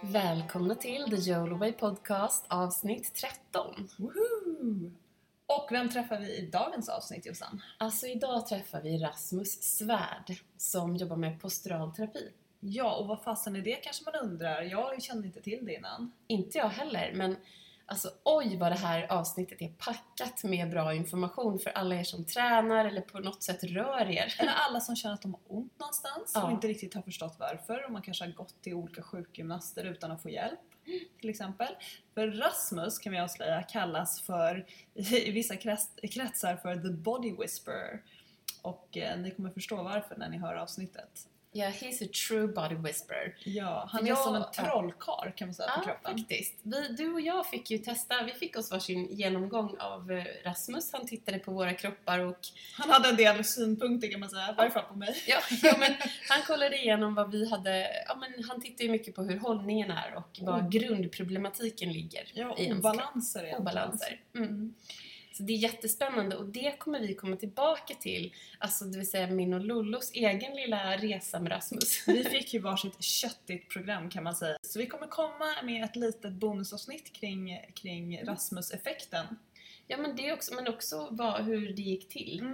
Välkomna till The YOLOWay Podcast avsnitt 13. Woohoo! Och vem träffar vi i dagens avsnitt, Jossan? Alltså idag träffar vi Rasmus Svärd som jobbar med postural terapi. Ja, och vad fasen är det kanske man undrar? Jag kände inte till det innan. Inte jag heller, men alltså oj vad det här avsnittet är packat med bra information för alla er som tränar eller på något sätt rör er. Eller alla som känner att de har ont någonstans Ja. och inte riktigt har förstått varför. Och man kanske har gått till olika sjukgymnaster utan att få hjälp, till exempel. För Rasmus kan vi avslöja kallas för, i vissa kretsar för The Body Whisperer. Och ni kommer förstå varför när ni hör avsnittet. Ja, he's a true body whisperer. Ja, han är som en trollkarl kan man säga på kroppen. Ja, faktiskt. Du och jag fick ju testa, vi fick oss varsin genomgång av Rasmus. Han tittade på våra kroppar och... Han hade en del synpunkter kan man säga, i varje fall på mig. Ja, men han kollade igenom vad vi hade, men han tittade ju mycket på hur hållningen är och vad grundproblematiken ligger i ens obalanser kropp. Obalanser. Mm. Så det är jättespännande och det kommer vi komma tillbaka till, alltså det vill säga min och Lollos egen lilla resa med Rasmus. Vi fick ju varsitt köttigt program kan man säga. Så vi kommer komma med ett litet bonusavsnitt kring Rasmus-effekten. Ja, men det också, men också hur det gick till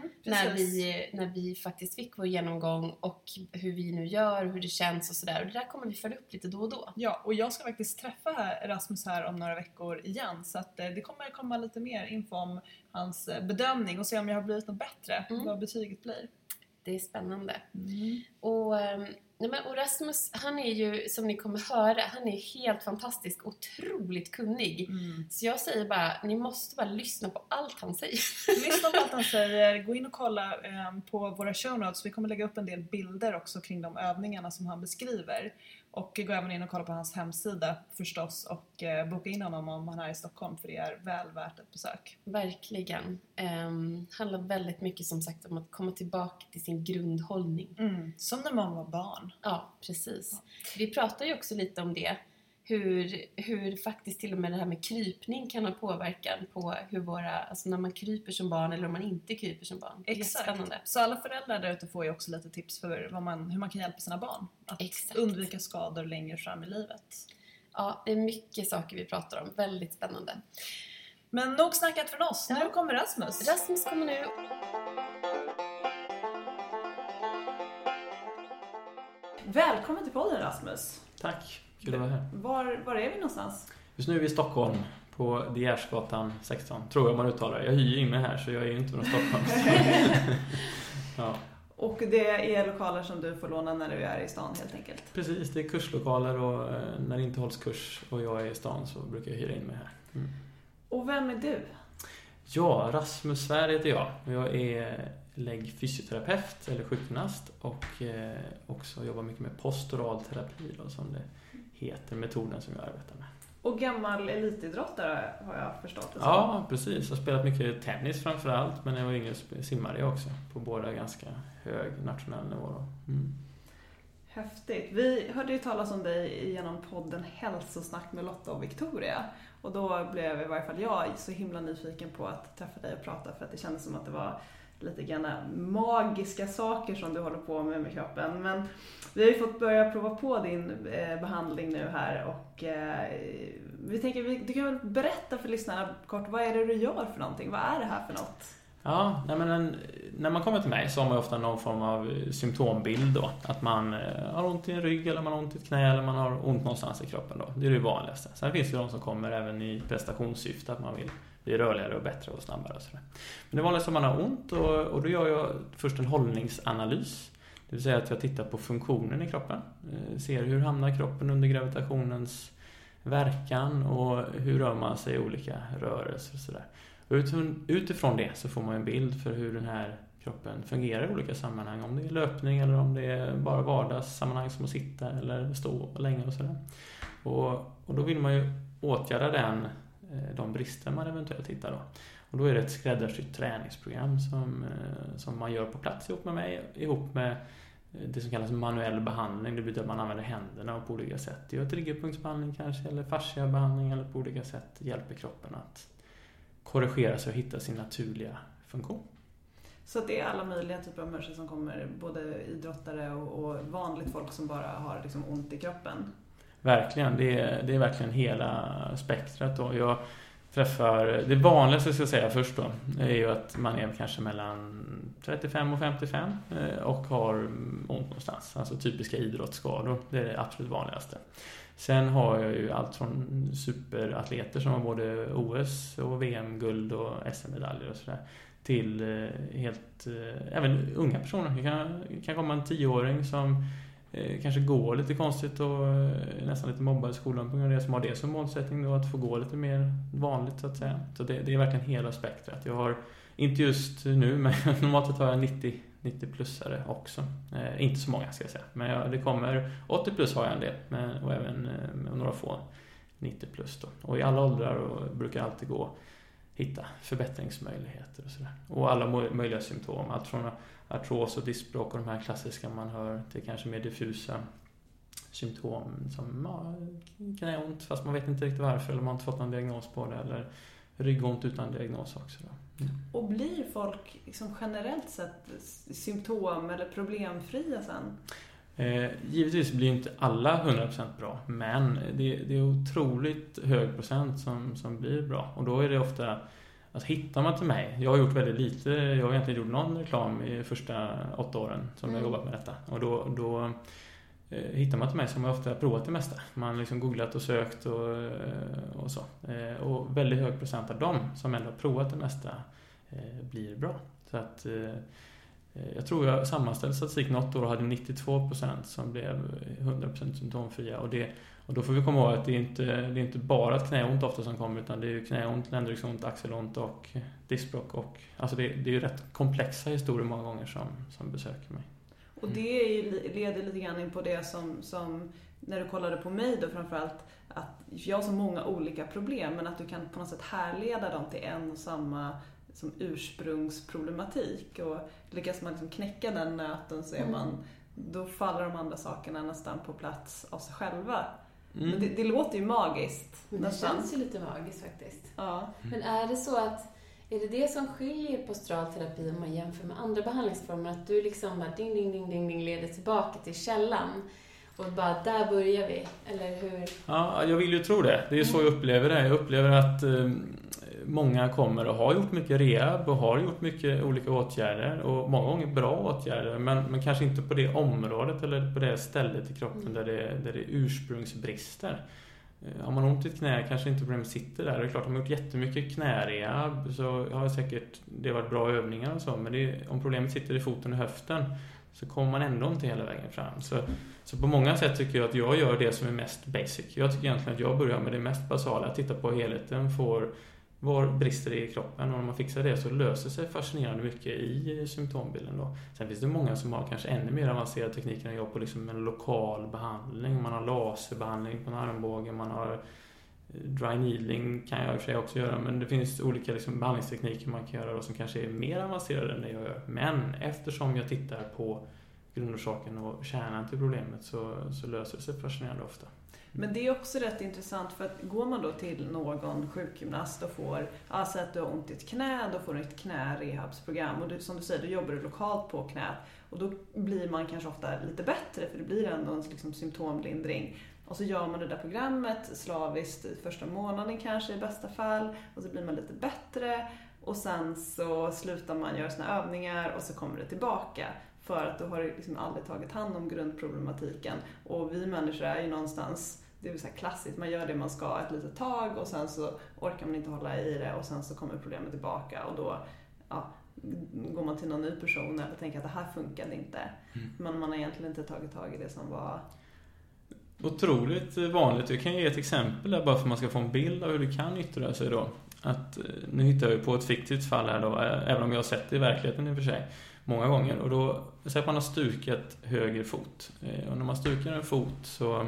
när vi faktiskt fick vår genomgång och hur vi nu gör, hur det känns och sådär. Och det där kommer vi följa upp lite då och då. Ja, och jag ska faktiskt träffa Rasmus här om några veckor igen. Så att det kommer komma lite mer info om hans bedömning och se om jag har blivit något bättre. Vad betyget blir. Det är spännande. Och Rasmus, han är ju, som ni kommer höra, han är helt fantastisk, otroligt kunnig. Så jag säger bara, ni måste bara lyssna på allt han säger. Lyssna på allt han säger, gå in och kolla på våra show notes. Vi kommer lägga upp en del bilder också kring de övningarna som han beskriver. Och gå även in och kolla på hans hemsida förstås och boka in honom om han är i Stockholm, för det är väl värt ett besök. Verkligen. Handlar väldigt mycket som sagt om att komma tillbaka till sin grundhållning. Som när man var barn. Ja, precis. Ja. Vi pratar ju också lite om det. Hur faktiskt till och med det här med krypning kan ha påverkan på hur alltså när man kryper som barn eller om man inte kryper som barn. Exakt. Så alla föräldrar där ute får ju också lite tips för hur man kan hjälpa sina barn att undvika skador längre fram i livet. Ja, det är mycket saker vi pratar om. Väldigt spännande. Men nog snackat från oss. Ja. Nu kommer Rasmus. Rasmus kommer nu. Välkommen till podden, Rasmus. Tack, kul att vara här. Var är vi någonstans? Just nu är vi i Stockholm på De Geersgatan 16, tror jag man uttalar. Jag hyr in mig här så jag är ju inte från Stockholm. Ja. Och det är lokaler som du får låna när du är i stan helt enkelt? Precis, det är kurslokaler och när det inte hålls kurs och jag är i stan så brukar jag hyra in mig här. Och vem är du? Ja, Rasmus Svärd heter jag. Jag är läggfysioterapeut eller sjukgymnast och också jobbar mycket med postural terapi då, som det heter, metoden som jag arbetar med. Och gammal elitidrottare har jag förstått det. Ja, precis. Jag har spelat mycket tennis framförallt, men när jag var yngre simmade jag också på båda ganska hög nationell nivå då. Häftigt. Vi hörde ju talas om dig genom podden Hälsosnack med Lotta och Victoria. Och då blev i varje fall jag så himla nyfiken på att träffa dig och prata, för att det kändes som att det var lite grann magiska saker som du håller på med kroppen. Men vi har ju fått börja prova på din behandling nu här och vi tänker, du kan väl berätta för lyssnarna kort, vad är det du gör för någonting? Vad är det här för något? Ja, när man kommer till mig så har man ofta någon form av symptombild då. Att man har ont i en rygg eller man har ont i ett knä eller man har ont någonstans i kroppen då. Det är det vanligaste. Sen finns det de som kommer även i prestationssyfte, att man vill bli rörligare och bättre och snabbare och sådär. Men det vanligaste är att man har ont och då gör jag först en hållningsanalys. Det vill säga att jag tittar på funktionen i kroppen. Ser hur hamnar kroppen under gravitationens verkan och hur rör man sig i olika rörelser och sådär. Och utifrån det så får man en bild för hur den här kroppen fungerar i olika sammanhang. Om det är löpning eller om det är bara vardagssammanhang som att sitta eller stå länge och sådär. Och då vill man ju åtgärda de brister man eventuellt hittar då. Och då är det ett skräddarsytt träningsprogram som man gör på plats ihop med mig, ihop med det som kallas manuell behandling. Det betyder att man använder händerna på olika sätt. Det är triggerpunktsbehandling kanske, eller fasciabehandling, eller på olika sätt hjälper kroppen att korrigera sig och hitta sin naturliga funktion. Så att det är alla möjliga typer av människor som kommer, både idrottare och vanligt folk som bara har liksom ont i kroppen? verkligen. Det är verkligen hela spektrat då. Jag träffar, det vanligaste ska jag säga först då, är ju att man är kanske mellan 35 och 55 och har ont någonstans. Alltså typiska idrottsskador, det är det absolut vanligaste. Sen har jag ju allt från superatleter som har både OS och VM-guld och SM-medaljer och sådär, till helt, även unga personer. Det kan komma en 10-åring som kanske går lite konstigt och nästan lite mobbad i skolan på grund av det, som har det som målsättning då, att få gå lite mer vanligt så att säga. Så det är verkligen hela spektrat. Jag har, inte just nu, men normalt har jag 90-plussare också. Inte så många ska jag säga, men det kommer 80 plus har jag en del, och även några få 90 plus då. Och i alla åldrar brukar jag alltid hitta förbättringsmöjligheter och sådär. Och alla möjliga symptom, allt från artros och diskbråck och de här klassiska man hör, till kanske mer diffusa symptom som knäont fast man vet inte riktigt varför, eller man har inte fått någon diagnos på det, eller ryggont utan diagnos också då. Och blir folk liksom generellt sett symptom- eller problemfria sen? Givetvis blir inte alla 100% bra, men det är otroligt hög procent som blir bra. Och då är det ofta att hittar man till mig. Jag har gjort väldigt lite, jag har egentligen gjort någon reklam i första 8 åren som jag har jobbat med detta. Och då hittar man till mig som jag ofta har provat det mesta. Man har liksom googlat och sökt och så. Och väldigt hög procent av dem som ändå har provat det mesta blir bra. Så att jag tror jag sammanställde statistik något år och hade 92% som blev 100% symptomfria. Och då får vi komma ihåg att det är inte bara ett knäont ofta som kommer, utan det är ju knäont, ländryggsont, axelont och diskbråck. Och alltså det är ju rätt komplexa historier många gånger som besöker mig. Och det leder lite grann in på det som när du kollade på mig då framförallt, att jag har så många olika problem, men att du kan på något sätt härleda dem till en och samma som ursprungsproblematik, och lyckas man liksom knäcka den nöten så då faller de andra sakerna nästan på plats av sig själva. Men det låter ju magiskt. Det känns ju lite magiskt faktiskt. Ja. Men är det så att, är det som skiljer postural terapi om man jämför med andra behandlingsformer, att du liksom bara ding, ding, ding, ding, ding leder tillbaka till källan och bara där börjar vi, eller hur? Ja, jag vill ju tro det. Det är så jag upplever det. Jag upplever att många kommer och har gjort mycket rehab och har gjort mycket olika åtgärder, och många gånger bra åtgärder, men kanske inte på det området eller på det stället i kroppen där det är ursprungsbrister. Har man ont i ett knä kanske inte problemet sitter där. Det är klart, om man har gjort jättemycket knärehab så har säkert det varit bra övningar och så, men om problemet sitter i foten och höften så kommer man ändå inte hela vägen fram. Så på många sätt tycker jag att jag gör det som är mest basic. Jag tycker egentligen att jag börjar med det mest basala, att titta på helheten, var brister i kroppen, och när man fixar det så löser sig fascinerande mycket i symptombilden då. Sen finns det många som har kanske ännu mer avancerad teknik än jag på liksom en lokal behandling. Man har laserbehandling på en armbåge, man har dry needling kan jag i och för sig också göra, men det finns olika liksom behandlingstekniker man kan göra då, som kanske är mer avancerade än det jag gör. Men eftersom jag tittar på grundorsaken och kärnan till problemet så löser det sig fascinerande ofta. Men det är också rätt intressant, för att går man då till någon sjukgymnast och får, alltså att du har ont i ett knä, då får du ett knärehabsprogram, och som du säger, då jobbar du lokalt på knät, och då blir man kanske ofta lite bättre, för det blir ändå en liksom symptomlindring. Och så gör man det där programmet slaviskt första månaden kanske i bästa fall, och så blir man lite bättre, och sen så slutar man göra sina övningar och så kommer det tillbaka. För att du har liksom aldrig tagit hand om grundproblematiken. Och vi människor är ju någonstans, det är så här klassiskt, man gör det man ska ett litet tag och sen så orkar man inte hålla i det, och sen så kommer problemet tillbaka, och då går man till någon ny person eller tänker att det här funkade inte. Men man har egentligen inte tagit tag i det som var... Otroligt vanligt. Jag kan ge ett exempel där bara för att man ska få en bild av hur det kan yttra sig då. Att, nu hittar vi på ett fiktivt fall här då, även om jag har sett det i verkligheten i och för sig många gånger. Och då säger att man har stukat höger fot. Och när man stukar en fot så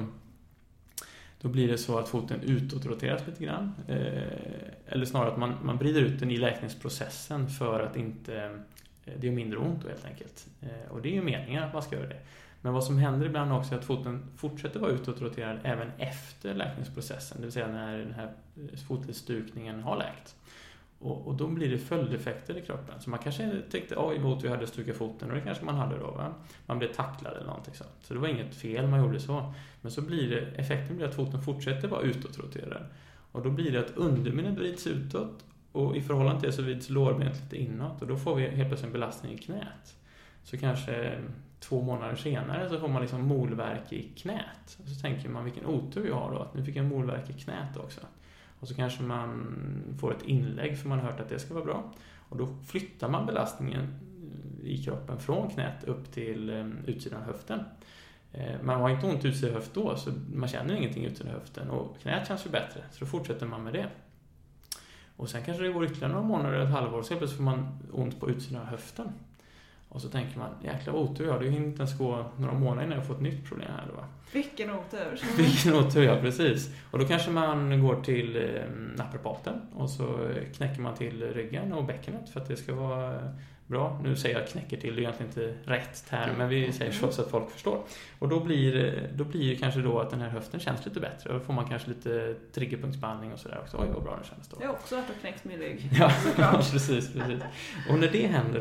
då blir det så att foten utåtroteras lite grann. Eller snarare att man brider ut den i läkningsprocessen för att inte det är mindre ont då, helt enkelt. Och det är ju meningen att man ska göra det. Men vad som händer ibland också är att foten fortsätter vara utåtroterad även efter läkningsprocessen. Det vill säga när den här fotstukningen har läkt. Och då blir det följdeffekter i kroppen. Så man kanske tänkte, oj vad vi hade stukat foten, och det kanske man hade då. Va? Man blev tacklad eller någonting sånt. Så det var inget fel man gjorde så. Men så blir det, effekten blir att foten fortsätter vara utåtroterad. Och då blir det att underbenet vrids utåt, och i förhållande till det så vrids lårbenet lite inåt. Och då får vi helt plötsligt en belastning i knät. Så kanske 2 månader senare så får man liksom molvärk i knät. Och så tänker man, vilken otur jag har då, att nu fick jag molvärk i knät också. Och så kanske man får ett inlägg för man har hört att det ska vara bra. Och då flyttar man belastningen i kroppen från knät upp till utsidan av höften. Man har inte ont utsidan höft då, så man känner ingenting utsidan av höften. Och knät känns ju bättre, så då fortsätter man med det. Och sen kanske det går ytterligare några månader eller ett halvår, så plötsligt får man ont på utsidan av höften. Och så tänker man, jäkla otur, det hinner inte ens gå några månader innan jag får ett nytt problem här då. Vilken otur. Vilken otur, ja precis. Och då kanske man går till naprapaten och så knäcker man till ryggen och bäckenet för att det ska vara bra. Nu säger jag knäcker till, det är egentligen inte rätt term, men vi säger så att folk förstår. Och då blir det kanske då att den här höften känns lite bättre. Och då får man kanske lite triggerpunktsbehandling och sådär också. Oj, vad bra det känns då. Jag har också varit och knäckt min rygg. Ja, precis. Och när det händer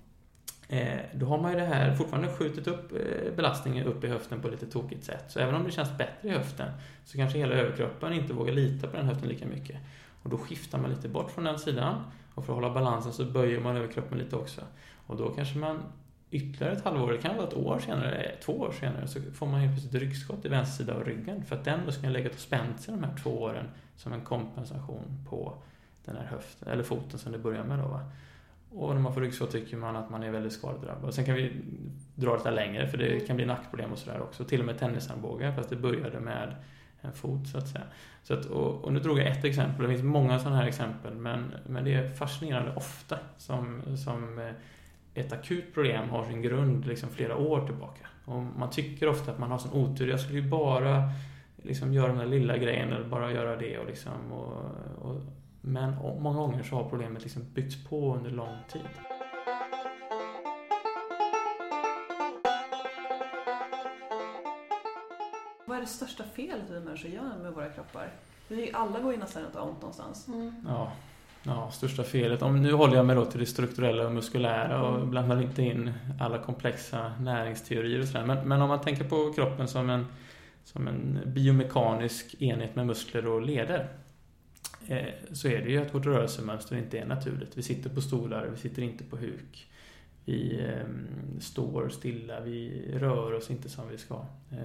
då har man ju det här fortfarande skjutit upp belastningen upp i höften på ett lite tokigt sätt. Så även om det känns bättre i höften så kanske hela överkroppen inte vågar lita på den höften lika mycket. Och då skiftar man lite bort från den sidan. Och för att hålla balansen så böjer man överkroppen lite också. Och då kanske man ytterligare ett halvår, det kan vara ett år senare, 2 år senare, så får man helt plötsligt ryggskott i vänster sida av ryggen. För att den då ska lägga och spänt sig de här 2 åren som en kompensation på den här höften, eller foten som det börjar med då, va. Och när man får ryggskott tycker man att man är väldigt skadedrabbad. Och sen kan vi dra det där längre, för det kan bli nackproblem och sådär också. Till och med tennisarmbågar, fast det började med en fot så att säga. Så att, och nu drog jag ett exempel, det finns många sådana här exempel. Men det är fascinerande ofta som ett akut problem har sin grund liksom flera år tillbaka. Och man tycker ofta att man har sån otur. Jag skulle ju bara liksom göra den där lilla grejen eller bara göra det. Men många gånger så har problemet liksom byggts på under lång tid. Vad är det största felet vi människor gör med våra kroppar? Alla går ju nästan att ha ont någonstans. Ja, största felet. Nu håller jag mig då till det strukturella och muskulära och blandar inte in alla komplexa näringsteorier och sådär. Men om man tänker på kroppen som en biomekanisk enhet med muskler och leder, så är det ju att vårt rörelsemönster inte är naturligt. Vi sitter på stolar, vi sitter inte på huk. Vi står stilla, vi rör oss inte som vi ska.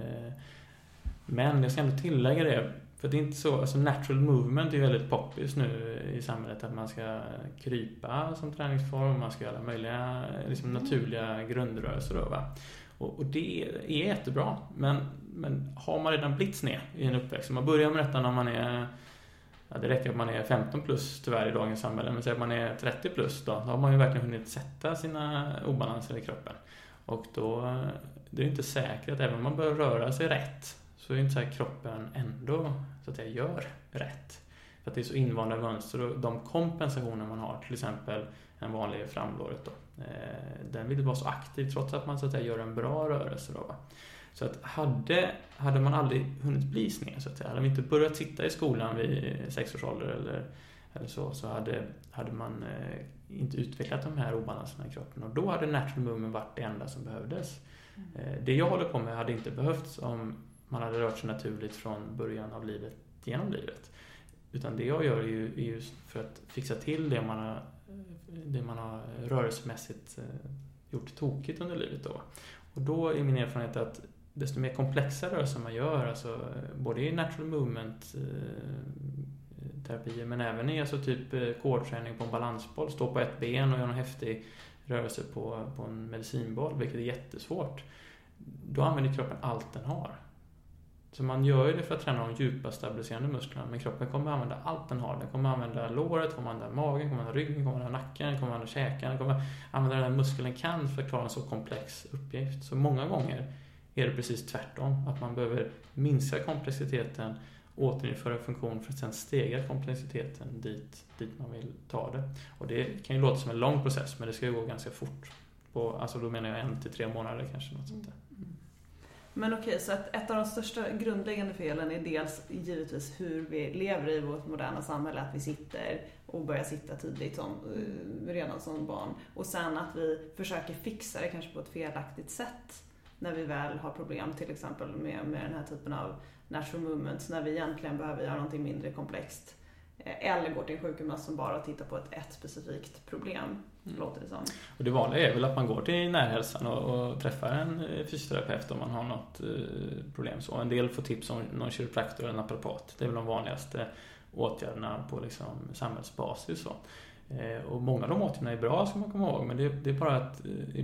Men jag ska ändå tillägga det, för det är inte så, alltså natural movement är väldigt poppis nu i samhället, att man ska krypa som träningsform, man ska göra möjliga liksom naturliga grundrörelser då, va? Och det är jättebra, men har man redan blivit sned i en uppväxt, man börjar med detta när man är, det räcker att man är 15 plus tyvärr i dagens samhälle, men säg att man är 30 plus då har man ju verkligen hunnit sätta sina obalanser i kroppen. Och då det är inte säkert att även om man börjar röra sig rätt, så är det inte så att kroppen ändå så att säga gör rätt. För att det är så invanda mönster, och de kompensationer man har, till exempel en vanlig framlåret då, den vill vara så aktiv trots att man så att säga gör en bra rörelse då, va? Så att hade man aldrig hunnit bli sned så att säga, hade vi inte börjat sitta i skolan vid 6 års ålder eller så hade man inte utvecklat de här obalanserna i kroppen, och då hade natural movement varit det enda som behövdes. Det jag håller på med hade inte behövts om man hade rört sig naturligt från början av livet genom livet. Utan det jag gör är ju för att fixa till det man har rörelsemässigt gjort tokigt under livet då. Och då är min erfarenhet att desto mer komplexa rörelser man gör, alltså både i natural movement terapier, men även i alltså typ core-träning på en balansboll, stå på ett ben och göra en häftig rörelse på en medicinboll, vilket är jättesvårt. Då använder kroppen allt den har. Så man gör ju det för att träna de djupa stabiliserande musklerna, men kroppen kommer använda allt den har. Den kommer använda låret, kommer använda magen, kommer använda ryggen, kommer använda nacken, kommer använda käken, kommer använda den muskeln den kan för att klara en så komplex uppgift. Så många gånger är det precis tvärtom, att man behöver minska komplexiteten, återinföra funktion för att sedan stegra komplexiteten dit man vill ta det. Och det kan ju låta som en lång process, men det ska ju gå ganska fort. Alltså då menar jag 1 till 3 månader kanske, något sånt där. Men okej, så att ett av de största grundläggande felen är dels givetvis hur vi lever i vårt moderna samhälle, att vi sitter och börja sitta tidigt redan som barn. Och sen att vi försöker fixa det kanske på ett felaktigt sätt när vi väl har problem, till exempel med den här typen av natural movements, när vi egentligen behöver göra någonting mindre komplext. Eller går till en sjukgymnast som bara tittar på ett specifikt problem, låter det som. Och det vanliga är väl att man går till närhälsan och träffar en fysioterapeut om man har något problem. Så en del får tips om någon kiropraktor eller naprapat. Det är väl de vanligaste åtgärderna på liksom samhällsbasis. Så. Och många av de åtgärderna är bra, ska man komma ihåg, men det är bara att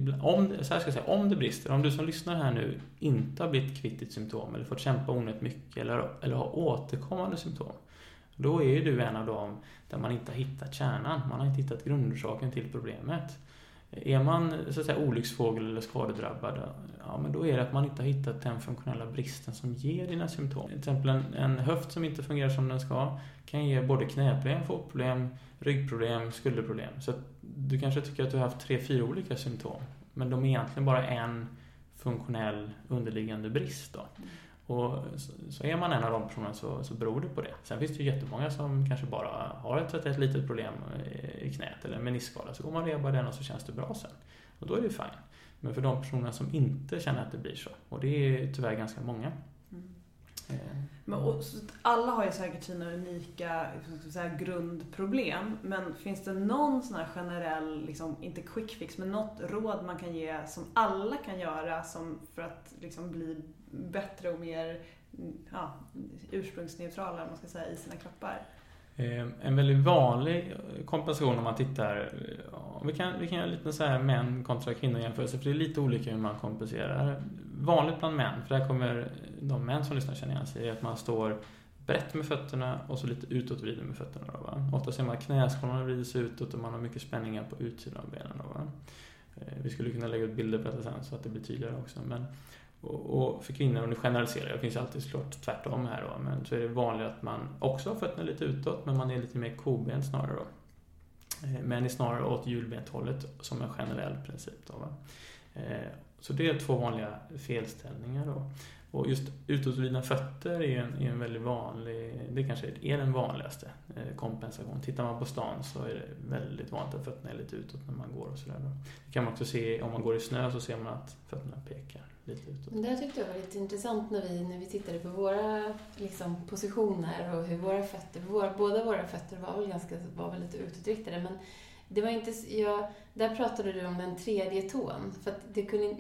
om det brister, om du som lyssnar här nu inte har blivit kvitt ditt symptom eller fått kämpa onödigt mycket eller har återkommande symptom, då är du en av dem där man inte har hittat kärnan, man har inte hittat grundorsaken till problemet. Är man så att säga olycksfågel eller skadedrabbad, ja, men då är det att man inte har hittat den funktionella bristen som ger dina symptom. Till exempel en höft som inte fungerar som den ska kan ge både knäproblem, fotproblem, ryggproblem, skulderproblem. Så att du kanske tycker att du har haft 3-4 olika symptom, men de är egentligen bara en funktionell underliggande brist då. Och så är man en av de personerna så beror det på det. Sen finns det ju jättemånga som kanske bara har ett litet problem i knät eller meniskskada. Så går man reba den och så känns det bra sen. Och då är det ju fine. Men för de personerna som inte känner att det blir så. Och det är tyvärr ganska många. Men alla har ju säkert sina unika grundproblem. Men finns det någon sån här generell, liksom, inte quick fix, men något råd man kan ge som alla kan göra för att liksom bli bättre och mer ursprungsneutrala, man ska säga, i sina kroppar? En väldigt vanlig kompensation om man tittar, vi kan göra lite så här män kontra kvinnor jämförelse, för det är lite olika hur man kompenserar. Vanligt bland män, för där kommer de män som lyssnar känna igen sig, är att man står brett med fötterna och så lite utåtvriden med fötterna. Då, va? Ofta ser man att knäskålarna vrids utåt och man har mycket spänningar på utsidan av benen. Då, va? Vi skulle kunna lägga ut bilder på det sen så att det blir tydligare också. Men, och för kvinnor, om du generaliserar, det finns alltid såklart tvärtom här då, men så är det vanligt att man också har fötterna lite utåt, men man är lite mer kobent snarare då. Men är snarare åt hjulbenthållet som en generell princip då, va? Så det är 2 vanliga felställningar då. Och just utåtvridna fötter är en väldigt vanlig, det kanske är den vanligaste kompensation. Tittar man på stan så är det väldigt vanligt att fötterna är lite utåt när man går och sådär då. Det kan man också se, om man går i snö så ser man att fötterna pekar lite utåt. Det tyckte jag var lite intressant när vi tittade på våra liksom, positioner och hur våra fötter, båda våra fötter var väl lite utåtriktade, men det var inte, där pratade du om den tredje tån. För att det kunde,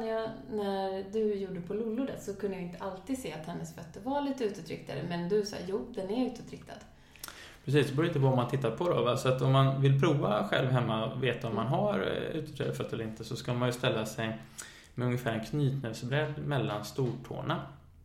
när du gjorde på Lollo så kunde jag inte alltid se att hennes fötter var lite utåtriktade. Men du sa, jo, den är utåtriktad. Precis, det beror lite på vad man tittar på då. Va? Så att om man vill prova själv hemma och veta om man har utåtriktade fötter eller inte, så ska man ju ställa sig med ungefär en knytnävsbredd mellan stortårna.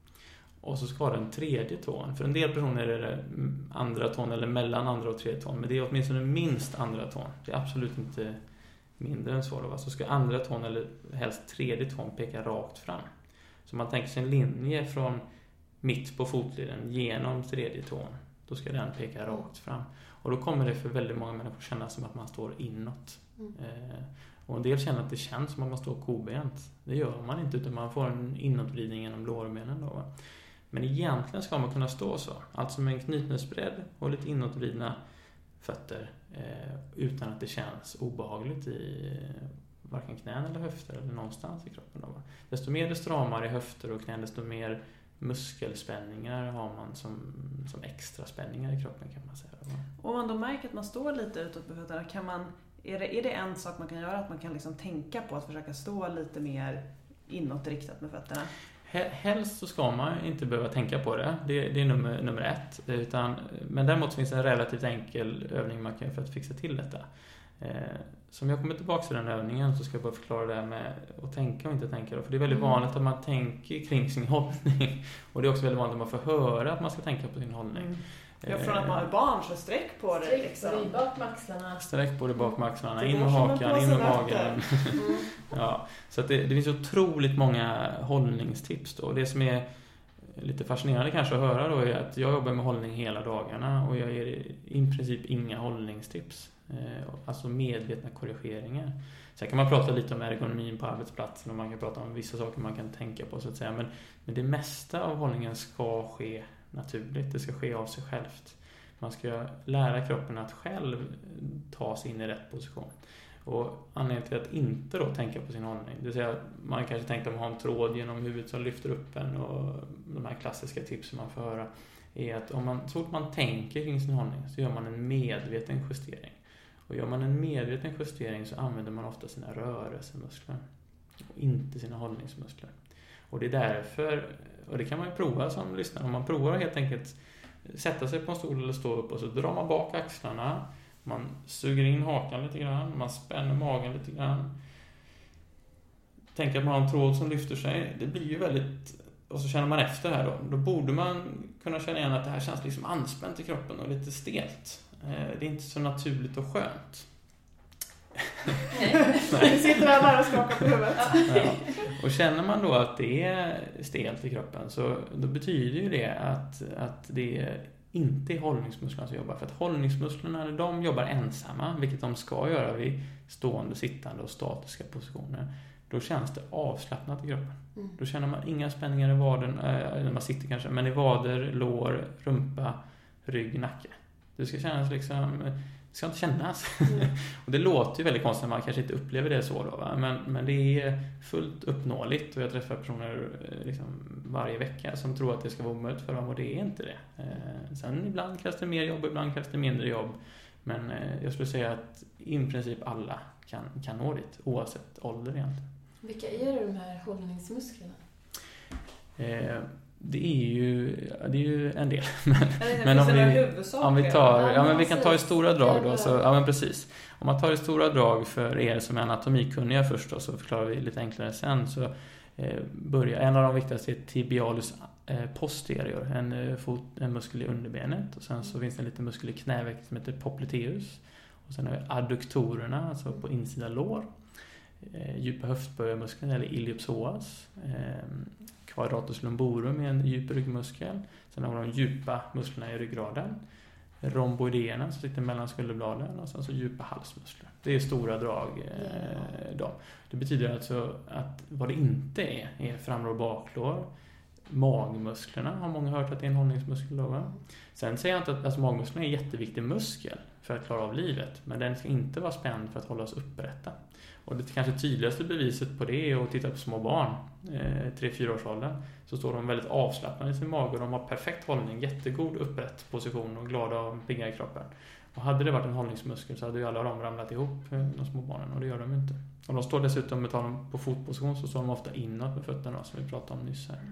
Och så ska den tredje tån. För en del personer är det andra tån eller mellan andra och tredje tån. Men det är åtminstone minst andra tån. Det är absolut inte mindre än så. Då. Så ska andra tån eller helst tredje tån peka rakt fram. Så man tänker sig en linje från mitt på fotleden genom tredje tån. Då ska den peka rakt fram. Och då kommer det för väldigt många människor kännas som att man står inåt. Och en del känner att det känns som att man står kobent. Det gör man inte, utan man får en inåtvridning genom lårbenen då. Men egentligen ska man kunna stå så. Alltså med en knytnävsbredd och lite inåtvridna fötter utan att det känns obehagligt i varken knän eller höfter eller någonstans i kroppen. Då. Desto mer det stramar i höfter och knän, desto mer muskelspänningar har man som extra spänningar i kroppen, kan man säga. Och om man då märker att man står lite utåt på fötterna, är det en sak man kan göra, att man kan liksom tänka på att försöka stå lite mer inåtriktat med fötterna? Helst så ska man inte behöva tänka på det. Det är nummer 1. Men däremot finns det en relativt enkel övning man kan göra för att fixa till detta. Som jag kommer tillbaka till den övningen, så ska jag bara förklara det här med att tänka och inte tänka. För det är väldigt vanligt att man tänker kring sin hållning. Och det är också väldigt vanligt att man får höra att man ska tänka på sin hållning. Ja, från att man har barn så sträck på det liksom. Sträck bak med axlarna. Sträck på det bak med axlarna, in med hakan, in med magen. Ja, så att det finns otroligt många hållningstips då. Det som är lite fascinerande kanske att höra då är att jag jobbar med hållning hela dagarna och jag ger i princip inga hållningstips. Alltså medvetna korrigeringar. Sen kan man prata lite om ergonomin på arbetsplatsen och man kan prata om vissa saker man kan tänka på så att säga. Men det mesta av hållningen ska ske naturligt, det ska ske av sig självt. Man ska lära kroppen att själv ta sig in i rätt position. Och anledningen till att inte då tänka på sin hållning, det vill säga man kanske tänkte att man har en tråd genom huvudet som lyfter upp en, och de här klassiska tipsen man får höra är att så fort man tänker kring sin hållning så gör man en medveten justering. Och gör man en medveten justering så använder man ofta sina rörelsemuskler och inte sina hållningsmuskler. Och det är därför, och det kan man ju prova som lyssnare, om man provar helt enkelt sätta sig på en stol eller stå upp och så drar man bak axlarna, man suger in hakan lite grann, man spänner magen lite grann. Tänk att man har en tråd som lyfter sig, det blir ju väldigt, och så känner man efter här då borde man kunna känna igen att det här känns liksom anspänt i kroppen och lite stelt. Det är inte så naturligt och skönt. Nej. Du sitter där bara och skakar på huvudet. Ja. Och känner man då att det är stelt i kroppen så då betyder ju det att det inte är hållningsmusklerna som jobbar. För att hållningsmusklerna, de jobbar ensamma, vilket de ska göra vid stående, sittande och statiska positioner. Då känns det avslappnat i kroppen. Då känner man inga spänningar i vaden, när man sitter kanske, men i vader, lår, rumpa, rygg, nacke. Det ska kännas liksom, det ska inte kännas. Och det låter ju väldigt konstigt när man kanske inte upplever det så då, va? Men det är fullt uppnåeligt, och jag träffar personer liksom varje vecka som tror att det ska vara omöjligt för dem, och det är inte det. Sen ibland krävs det mer jobb, ibland krävs det mindre jobb. Men jag skulle säga att i princip alla kan nå dit, oavsett ålder egentligen. Vilka är de här hållningsmusklerna? Det är ju en del. Men om vi kan ta i stora drag då, så ja, men precis. Om man tar i stora drag för er som är anatomikunniga först då, så förklarar vi lite enklare sen, så börjar en av de viktigaste är tibialis posterior, en muskel i underbenet, och sen så finns det en liten muskel i knävecket som heter popliteus, och sen har vi adduktorerna, alltså på insida lår, djupa höftböjarmuskeln eller iliopsoas, quadratus lumborum är en djup ryggmuskel. Sen har vi de djupa musklerna i ryggraden, rhomboiderna som sitter mellan skulderbladen, och sen så djupa halsmuskler. Det är stora drag då. Det betyder alltså att vad det inte är framlår och baklår. Magmusklerna har många hört att det är en hållningsmuskel då, va? Sen säger jag inte att alltså, magmusklerna är en jätteviktig muskel för att klara av livet, men den ska inte vara spänd för att hålla oss upprätta. Och det kanske tydligaste beviset på det är att titta på små barn, 3-4 års ålder, så står de väldigt avslappnade i sin mage och de har perfekt hållning, jättegod upprätt position och glada och pigga i kroppen. Och hade det varit en hållningsmuskel så hade ju alla de ramlat ihop, de små barnen, och det gör de inte. Och de står dessutom, med dem på fotposition, så står de ofta inåt med fötterna som vi pratade om nyss här.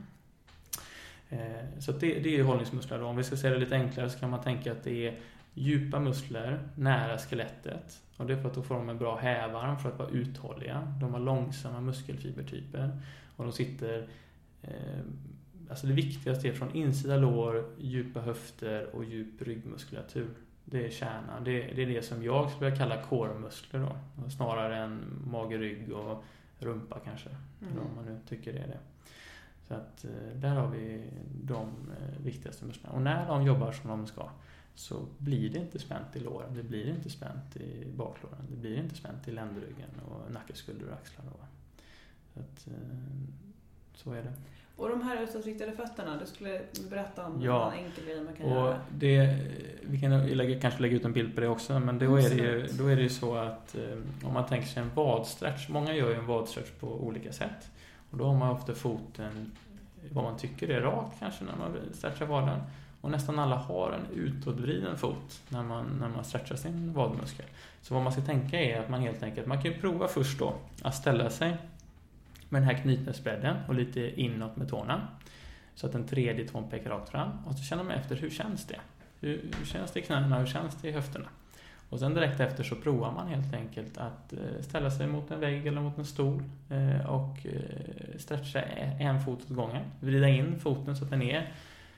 Så det är ju hållningsmuskler då. Om vi ska säga det lite enklare så kan man tänka att det är djupa muskler nära skelettet, och det är för att då får de en bra hävarm för att vara uthålliga. De har långsamma muskelfibertyper och de sitter alltså det viktigaste är från insida lår, djupa höfter och djup ryggmuskulatur. Det är kärnan. Det är det som jag skulle kalla core-muskler då, snarare än mage, rygg och rumpa kanske, om man nu tycker det är det. Så att där har vi de viktigaste musklerna. Och när de jobbar som de ska så blir det inte spänt i låren, det blir inte spänt i baklåren, det blir inte spänt i ländryggen och nacke, skulder och axlar. Så att så är det. Och de här utåtriktade fötterna, du skulle berätta om en enkel grej man kan göra. Vi kan kanske lägga ut en bild på det också, men då är det ju så att om man tänker sig en vadstretch, många gör ju en vadstretch på olika sätt. Och då har man ofta foten, vad man tycker är rakt kanske när man stretchar vaden. Och nästan alla har en utåtvriden fot när man stretchar sin vadmuskel. Så vad man ska tänka är att man helt enkelt, man kan ju prova först då att ställa sig med den här knytnävsbredden och lite inåt med tårna. Så att den tredje tån pekar rakt fram. Och så känner man efter, hur känns det? Hur känns det i knäna? Hur känns det i höfterna? Och sen direkt efter så provar man helt enkelt att ställa sig mot en vägg eller mot en stol och stretcha en fot åt gången. Vrida in foten så att den är,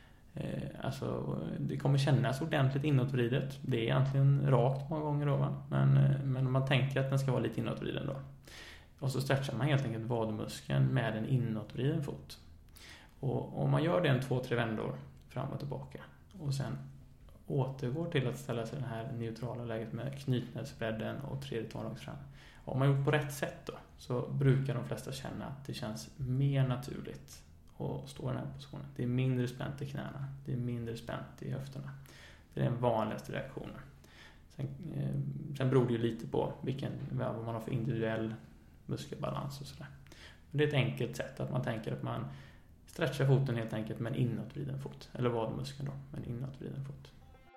alltså det kommer kännas ordentligt inåtvridet. Det är egentligen rakt många gånger då, va? Men man tänker att den ska vara lite inåtvriden då. Och så stretchar man helt enkelt vadmuskeln med en inåtvriden fot. Och om man gör det 2-3 vändor fram och tillbaka och sen återgår till att ställa sig i det här neutrala läget med knytnävsbredden och tredje tån rakt fram. Och om man gjort på rätt sätt då, så brukar de flesta känna att det känns mer naturligt att stå i den här positionen. Det är mindre spänt i knäna, det är mindre spänt i höfterna. Det är den vanligaste reaktionen. Sen beror det ju lite på vad man har för individuell muskelbalans och sådär. Det är ett enkelt sätt att man tänker att man stretchar foten helt enkelt med en inåtvriden fot. Eller vadmuskeln då, med en inåtvriden fot.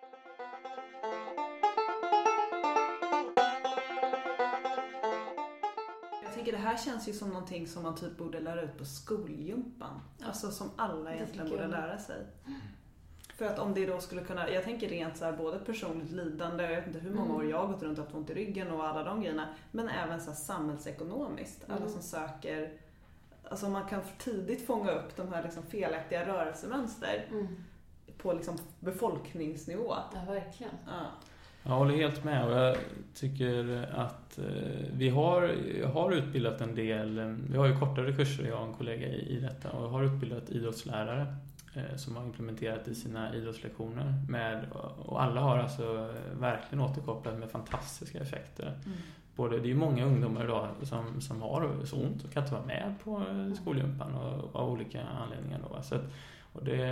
Jag tänker det här känns ju som någonting som man typ borde lära ut på skolgympan. Alltså som alla egentligen borde lära sig. För att om det då skulle kunna, jag tänker rent så här, både personligt lidande, jag vet inte hur många år jag har gått runt och haft ont i ryggen och alla de grejerna, men även så här samhällsekonomiskt. Alla som söker, alltså man kan tidigt fånga upp de här liksom felaktiga rörelsemönster på liksom befolkningsnivå. Ja, verkligen. Ja. Jag håller helt med och jag tycker att vi har utbildat en del, vi har ju kortare kurser, jag och en kollega i detta, och jag har utbildat idrottslärare som har implementerat i sina idrottslektioner och alla har alltså verkligen återkopplat med fantastiska effekter. Det är ju många ungdomar idag som har så ont och kan inte vara med på skolgympan av olika anledningar då. Så att, och det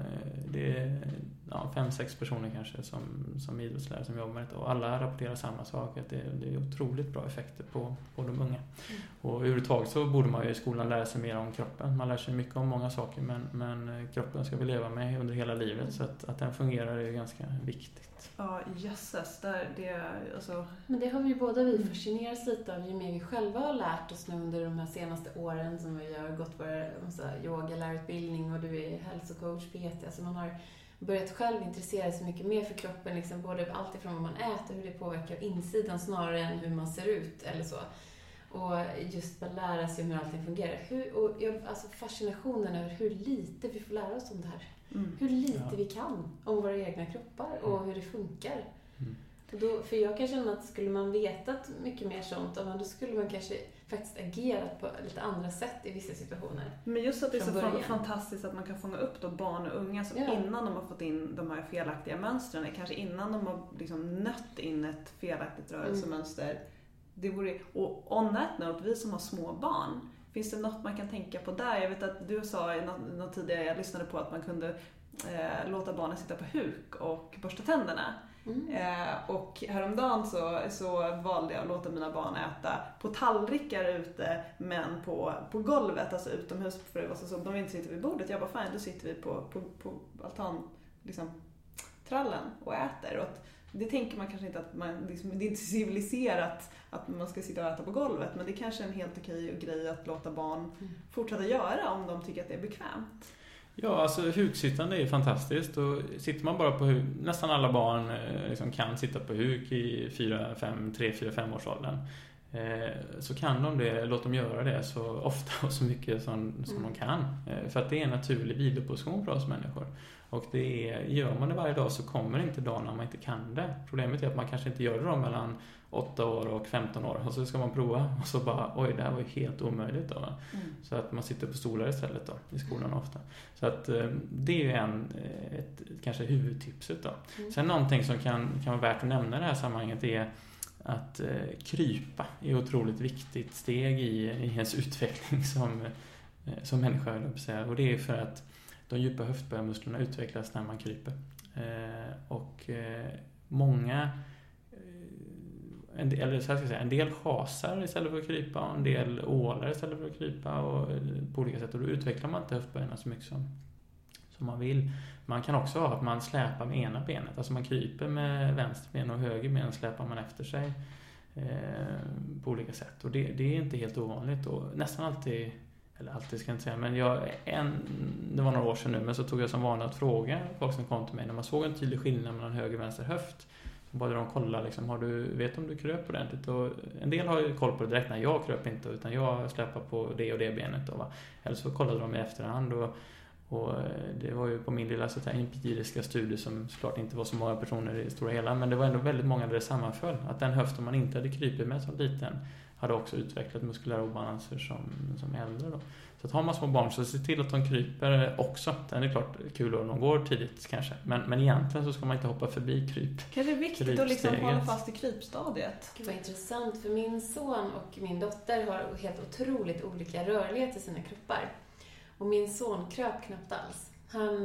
är 5-6 personer kanske som idrottslärare som jobbar med det, och alla rapporterar samma sak, att det är otroligt bra effekter på de unga. Och överhuvudtaget så borde man ju i skolan lära sig mer om kroppen. Man lär sig mycket om många saker, men kroppen ska vi leva med under hela livet, så att den fungerar är ju ganska viktigt. Ja, jösses. Alltså... Men det har vi ju båda fascinerats lite av ju mer vi själva har lärt oss nu under de här senaste åren som vi har gått vår yogalärarutbildning och du är hälsocoach, PT. Alltså man har börjat själv intressera sig mycket mer för kroppen, liksom både allt ifrån vad man äter, hur det påverkar insidan snarare än hur man ser ut eller så. Och just bara lära sig om hur allting fungerar. Alltså fascinationen över hur lite vi får lära oss om det här. Hur lite vi kan om våra egna kroppar och hur det funkar. För jag kan känna att skulle man vetat mycket mer sånt, då skulle man kanske faktiskt agerat på lite andra sätt i vissa situationer. Men just att det är så fantastiskt att man kan fånga upp då barn och unga som innan de har fått in de här felaktiga mönstren, kanske innan de har liksom nött in ett felaktigt rörelsemönster. Det vore, och on that note, vi som har små barn, finns det något man kan tänka på där? Jag vet att du sa i något tidigare, jag lyssnade på att man kunde låta barnen sitta på huk och borsta tänderna. Och häromdagen så valde jag att låta mina barn äta på tallrikar ute, men på golvet, alltså utomhus, för det var så de inte sitter vid bordet. Jag bara, fine, då sitter vi på altan, liksom, trallen och äter. Och det tänker man kanske inte att man, liksom, det är inte civiliserat att man ska sitta och äta på golvet, men det är kanske en helt okej grej att låta barn fortsätta göra om de tycker att det är bekvämt. Ja, alltså huksittande är fantastiskt, och sitter man bara på huk, nästan alla barn liksom kan sitta på huk i 3-4-5 års åldern. Så kan de det, låt dem göra det så ofta och så mycket som de kan. För att det är en naturlig viloposition för oss människor. Och gör man det varje dag så kommer inte dagen när man inte kan det. Problemet är att man kanske inte gör det då mellan 8 år och 15 år. Och så ska man prova och så bara, oj, det här var ju helt omöjligt då. Så att man sitter på stolar istället då, i skolan ofta. Så att det är ju ett kanske huvudtipset då. Sen någonting som kan vara värt att nämna i det här sammanhanget är att krypa är ett otroligt viktigt steg i ens utveckling som människa, vill jag säga. Och det är för att de djupa höftböjarmusklerna utvecklas när man kryper. Många, en del chasar istället för att krypa och en del ålar istället för att krypa, och på olika sätt. Och då utvecklar man inte höftböjarna så mycket som man vill. Man kan också ha att man släpar med ena benet. Alltså man kryper med vänster ben och höger ben släpar man efter sig på olika sätt. Och det är inte helt ovanligt. Och nästan alltid, eller alltid ska jag inte säga, men det var några år sedan nu, men så tog jag som vana att fråga folk som kom till mig. När man såg en tydlig skillnad mellan höger och vänster höft, så började de kolla, liksom, vet om du kröp ordentligt? Och en del har ju koll på det direkt, när jag kröp inte, utan jag släpar på det och det benet. Då, va? Eller så kollade de i efterhand, och det var ju på min lilla empiriska studie som såklart inte var så många personer i det stora hela, men det var ändå väldigt många där det sammanföll. Att den höften man inte hade krypit med som liten hade också utvecklat muskulära obalanser som äldre då. Så att har man små barn så se till att de kryper också. Det är klart kul om de går tidigt kanske. Men egentligen så ska man inte hoppa förbi kryp. Kanske är det viktigt att liksom hålla fast i krypstadiet. Det var intressant, för min son och min dotter har helt otroligt olika rörlighet i sina kroppar. Och min son kröp knappt alls. Han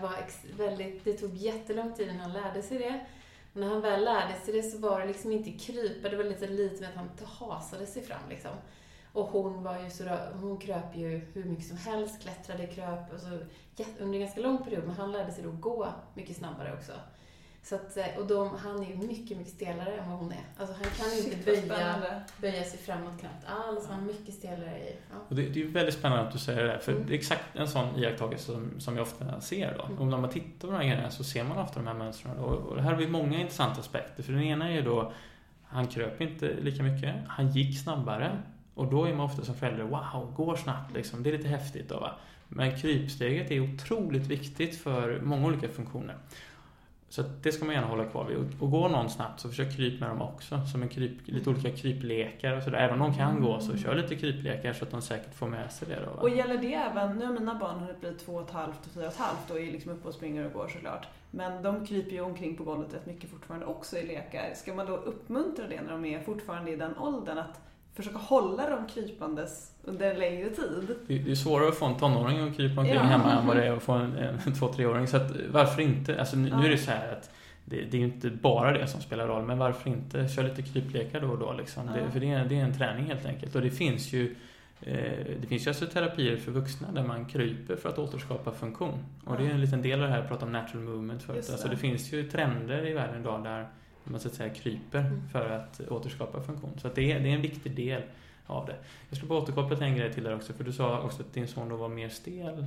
det tog jättelång tid innan han lärde sig det. Och när han väl lärde sig det så var det liksom inte krypa, det var lite med att han hasade sig fram liksom. Och hon kröp ju hur mycket som helst, klättrade, kröp och så, under en ganska lång period, men han lärde sig då gå mycket snabbare också. Så att, han är ju mycket, mycket stelare än vad hon är. Alltså han kan inte böja sig framåt knappt alls. Han är mycket stelare i. Ja. Och det är ju väldigt spännande att du säger det där. För det är exakt en sån iakttagelse som jag ofta ser då. Och när man tittar på de här grejerna så ser man ofta de här mönstren. Och det här har vi många intressanta aspekter. För den ena är ju då, han kröp inte lika mycket. Han gick snabbare. Och då är man ofta som förälder, wow, går snabbt liksom. Det är lite häftigt då, va? Men krypsteget är otroligt viktigt för många olika funktioner. Så att det ska man gärna hålla kvar vid. Och går någon snabbt så försök kryp med dem också. Som lite olika kryplekar och sådär. Även om de kan gå så kör lite kryplekar så att de säkert får med sig det då, va? Och gäller det även, nu har mina barn hunnit bli 2,5 och 4,5 och är liksom uppe och springer och går såklart. Men de kryper ju omkring på golvet rätt mycket fortfarande också i lekar. Ska man då uppmuntra det när de är fortfarande i den åldern att försöka hålla dem krypandes under en längre tid? Det är svårare att få en tonåring att krypa omkring hemma än vad det är att få en 2-3-åring. Så att, varför inte? Alltså, nu är det så här att det är ju inte bara det som spelar roll, men varför inte köra lite kryplekar då och då liksom? För det är en träning helt enkelt. Och det finns ju alltså terapier för vuxna där man kryper för att återskapa funktion. Och det är en liten del av det här, jag pratade om natural movement förut. Alltså det finns ju trender i världen idag där man så att säga kryper för att återskapa funktion. Så att det är en viktig del av det. Jag skulle bara återkoppla till en grej till där också. För du sa också att din son då var mer stel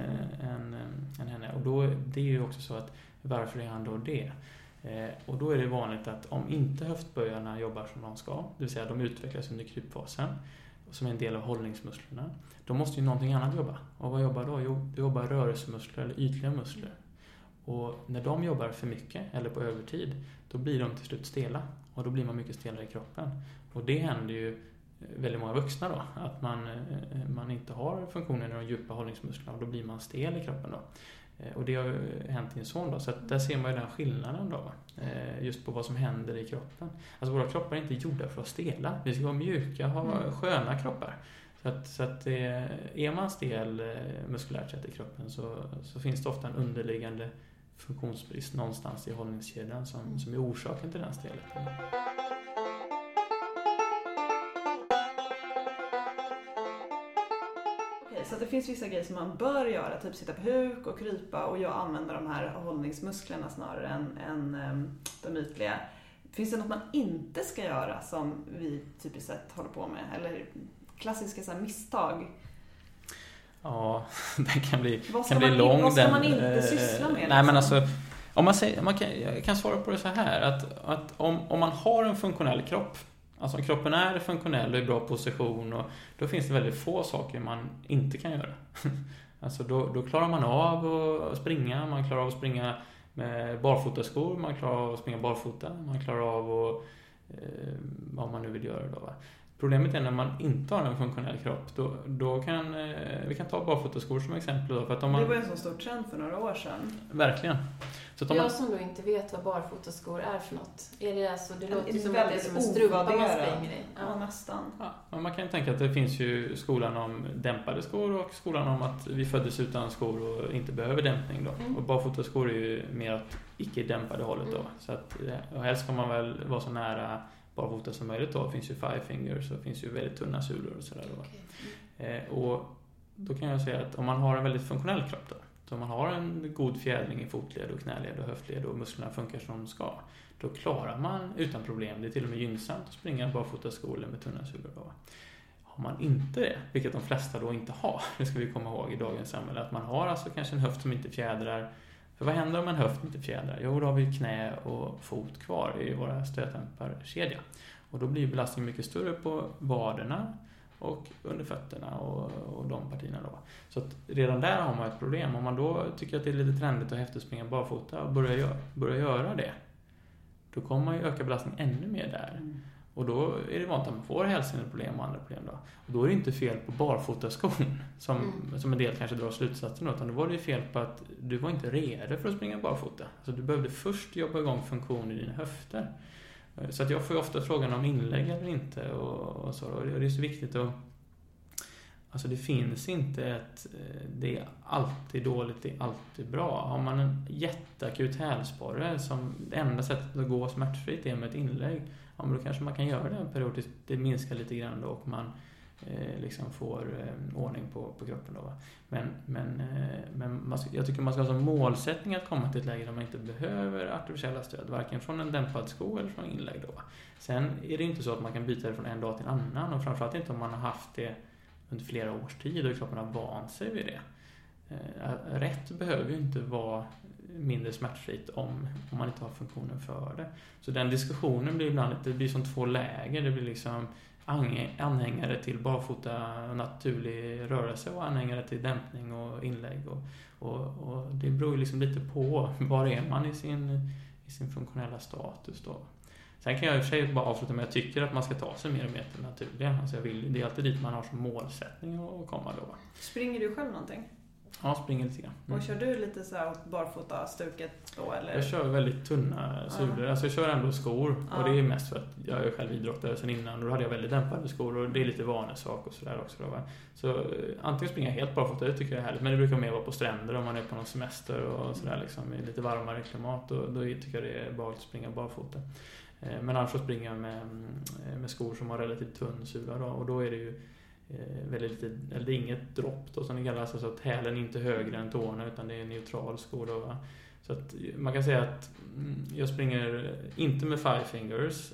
än henne. Och då, det är ju också så att varför är han då det? Och då är det vanligt att om inte höftböjarna jobbar som de ska, det vill säga de utvecklas under krypfasen som är en del av hållningsmusklerna, då måste ju någonting annat jobba. Och vad jobbar då? Jo, det jobbar rörelsemuskler eller ytliga muskler. Och när de jobbar för mycket eller på övertid, då blir de till slut stela. Och då blir man mycket stelare i kroppen. Och det händer ju väldigt många vuxna då. Att man inte har funktionen i de djupa hållningsmusklerna och då blir man stel i kroppen då. Och det har ju hänt i en son då. Så att där ser man ju den skillnaden då. Just på vad som händer i kroppen. Alltså våra kroppar är inte gjorda för att vara stela. Vi ska vara mjuka, ha sköna kroppar. Så att är man stel muskulärt sett i kroppen så finns det ofta en underliggande funktionsbrist någonstans i hållningskedjan som är orsaken till den stelheten. Okej, så det finns vissa grejer som man bör göra, typ sitta på huk och krypa, och jag använder de här hållningsmusklerna snarare än de ytliga. Finns det något man inte ska göra som vi typiskt sett håller på med? Eller klassiska så här misstag? Ja, den kan bli lång. Vad ska man inte syssla med? Nej, men alltså, om man säger, jag kan svara på det så här, att om man har en funktionell kropp, alltså kroppen är funktionell och i bra position, och då finns det väldigt få saker man inte kan göra. Alltså då klarar man av att springa, man klarar av att springa med barfotaskor, man klarar av att springa barfota, man klarar av att vad man nu vill göra då, va? Problemet är när man inte har en funktionell kropp. Då kan vi kan ta barfotaskor som exempel då, för att om man... Det var en så stor trend för några år sedan. Verkligen. Så att jag som då inte vet vad barfotaskor är för något. Är det alltså, det låter som att det är som en strumpa man springer i. Ja, nästan. Ja, man kan ju tänka att det finns ju skolan om dämpade skor och skolan om att vi föddes utan skor och inte behöver dämpning då. Och barfotaskor är ju mer åt icke-dämpade hållet då. Så att, och helst ska man väl vara så nära barfota som möjligt då. Det finns ju five fingers och det finns ju väldigt tunna sulor och sådär då. Och då kan jag säga att om man har en väldigt funktionell kropp då, så om man har en god fjädring i fotled och knäled och höftled och musklerna funkar som de ska, då klarar man utan problem. Det är till och med gynnsamt att springa barfotaskor med tunna sulor då. Har man inte det, vilket de flesta då inte har, det ska vi komma ihåg i dagens samhälle, att man har alltså kanske en höft som inte fjädrar. För vad händer om en höft inte fjädrar? Jo, då har vi knä och fot kvar i våra stötdämparkedja. Och då blir belastningen mycket större på vaderna och under fötterna och de partierna då. Så att redan där har man ett problem. Om man då tycker att det är lite trendigt och häftigt att springa barfota och börja göra det, då kommer man ju öka belastningen ännu mer där. Och då är det vanligt att man får hälsoproblem och andra problem då. Och då är det inte fel på barfotaskon som en del kanske drar slutsatsen, utan då var det ju fel på att du var inte redo för att springa barfota. Alltså du behövde först jobba igång funktion i dina höfter. Så att jag får ju ofta frågan om inlägg eller inte och så. Och det är så viktigt Alltså det finns inte det är alltid dåligt, det är alltid bra. Har man en jätteakut hälsporre som det enda sättet att gå smärtfritt är med ett inlägg, ja, men då kanske man kan göra det en period tills det minskar lite grann då, och man liksom får ordning på kroppen då. Va? Men jag tycker man ska ha som målsättning att komma till ett läge där man inte behöver artificiella stöd, varken från en dämpad sko eller från inlägg då. Va? Sen är det inte så att man kan byta det från en dag till en annan, och framförallt inte om man har haft det under flera års tid och kroppen har vant sig vid det. Rätt behöver ju inte vara mindre smärtfritt om man inte har funktionen för det. Så den diskussionen blir ibland det blir som två läger. Det blir liksom anhängare till barfota naturlig rörelse och anhängare till dämpning och inlägg. Och det beror ju liksom lite på var är man i sin funktionella status då. Sen kan jag i och för sig bara avsluta med att jag tycker att man ska ta sig mer och mer till naturliga. Alltså det är alltid dit man har som målsättning att komma då. Springer du själv någonting? Ja, springer lite grann. Och kör du lite så här barfota stuket då, eller? Jag kör väldigt tunna sulor. Alltså jag kör ändå skor. Och det är mest för att jag är själv idrottare sen innan. Och då hade jag väldigt dämpade skor. Och det är lite vanesak och sådär också då, va? Så antingen springer jag helt barfota, det tycker jag är härligt. Men det brukar mer vara på stränder om man är på någon semester och sådär liksom, i lite varmare klimat. Och då tycker jag det är bara att springa barfota. Men annars så springer jag med skor som har relativt tunn sula då, och då är det ju väldigt lite, eller det är inget dropp då som det kallas, alltså att hälen inte är högre än tårna utan det är en neutral sko då, va? Så att man kan säga att jag springer inte med five fingers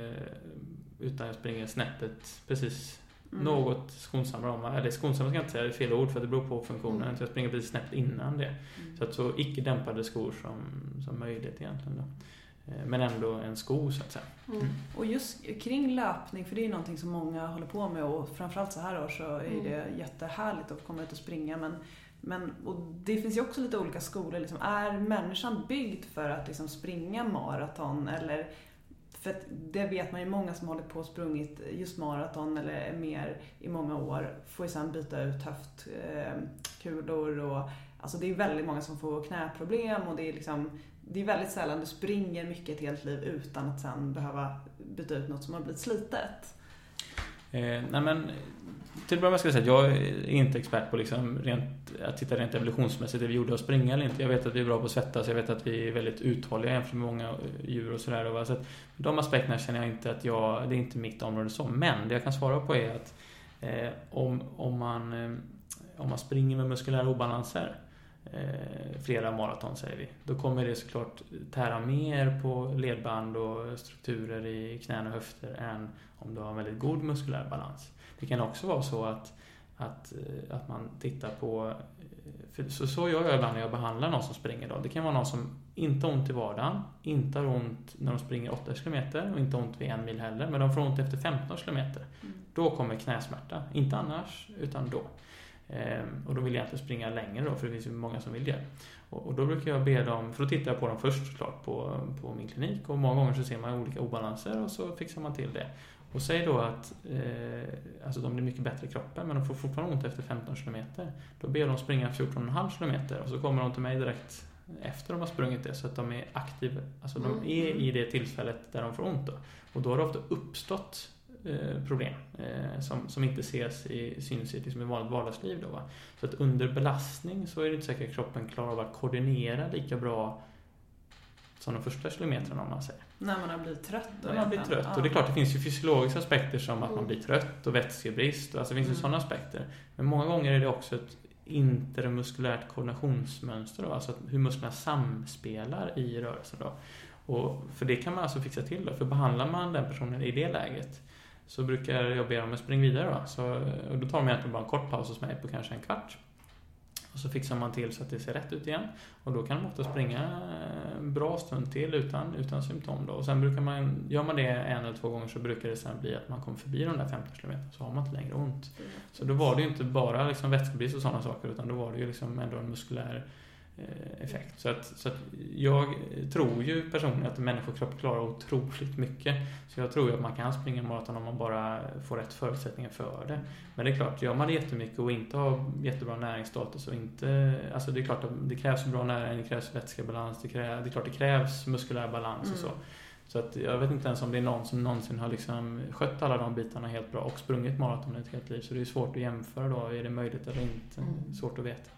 utan jag springer snäppet precis något skonsammare, eller skonsammare ska jag inte säga, det är fel ord för det beror på funktionen, så jag springer precis snäppet innan det, så att så icke dämpade skor som möjligt egentligen då. Men ändå en sko så att säga. Och just kring löpning, för det är någonting som många håller på med, och framförallt så här år så är det jättehärligt att komma ut och springa, men och det finns ju också lite olika skolor liksom. Är människan byggd för att liksom springa maraton, eller för att det vet man ju, många som håller på och sprungit just maraton eller mer i många år får ju sedan byta ut höftkulor, och alltså det är väldigt många som får knäproblem, och det är liksom, det är väldigt sällan du springer mycket ett helt liv utan att sen behöva byta ut något som har blivit slitet. Nej men till att börja med ska jag säga att jag är inte expert på liksom att titta rent evolutionsmässigt det vi gjorde att springa eller inte. Jag vet att vi är bra på att svettas, jag vet att vi är väldigt uthålliga jämfört med många djur och sådär. Så att de aspekterna känner jag inte att det är inte mitt område så. Men det jag kan svara på är att om man springer med muskulära obalanser flera maraton säger vi, då kommer det såklart tära mer på ledband och strukturer i knän och höfter än om du har en väldigt god muskulär balans. Det kan också vara så att man tittar på, för så gör jag ibland när jag behandlar någon som springer då. Det kan vara någon som inte har ont i vardagen, inte har ont när de springer 8 km och inte ont vid 1 mil heller, men de får ont efter 15 km. Då kommer knäsmärta, inte annars utan då. Och då vill jag inte springa längre då, för det finns ju många som vill det. Och då brukar jag be dem, för då tittar jag på dem först såklart på min klinik, och många gånger så ser man olika obalanser och så fixar man till det. Och säg då att alltså de blir mycket bättre i kroppen, men de får fortfarande ont efter 15 km. Då ber de springa 14,5 km och så kommer de till mig direkt efter de har sprungit det, så att de är aktiva, alltså de är i det tillfället där de får ont då. Och då har det ofta uppstått problem som inte syns i liksom i vanligt vardagsliv då, va? Så att under belastning så är det inte säkert att kroppen klarar av att koordinera lika bra som de första kilometrarna, om man säger. När man har blivit trött då. När man blir trött. Ja. Och det är klart, det finns ju fysiologiska aspekter som att man blir trött och vätskebrist. Alltså det finns ju sådana aspekter. Men många gånger är det också ett intermuskulärt koordinationsmönster då, alltså hur musklerna samspelar i rörelsen då. Och för det kan man alltså fixa till då. För behandlar man den personen i det läget, så brukar jag be dem att springa vidare då. Och då tar de egentligen bara en kort paus hos mig på kanske en kvart. Och så fixar man till så att det ser rätt ut igen. Och då kan de ofta springa en bra stund till utan symptom då. Och sen brukar gör man det 1 eller 2 gånger, så brukar det sen bli att man kommer förbi de där 15 km, så har man inte längre ont. Så då var det ju inte bara liksom vätskebrist och sådana saker, utan då var det ju liksom ändå en muskulär effekt. Så att jag tror ju personligen att människokropp klarar otroligt mycket. Så jag tror ju att man kan springa maraton om man bara får rätt förutsättningar för det. Men det är klart, gör man det jättemycket och inte har jättebra näringsstatus och inte, alltså det är klart att det krävs bra näring, det krävs vätskebalans, det är klart det krävs muskulär balans och så. Så att jag vet inte ens om det är någon som någonsin har liksom skött alla de bitarna helt bra och sprungit maraton ett helt liv. Så det är svårt att jämföra då. Är det möjligt eller inte? Svårt att veta.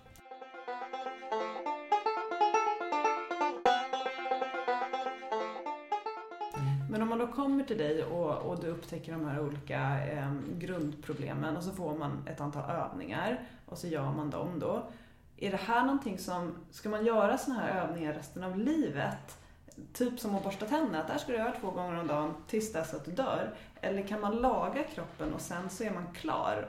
Men om man då kommer till dig och du upptäcker de här olika grundproblemen och så får man ett antal övningar och så gör man dem då. Är det här någonting ska man göra såna här övningar resten av livet? Typ som att borsta tänderna, att där ska du göra 2 gånger om dagen tills dess att du dör. Eller kan man laga kroppen och sen så är man klar?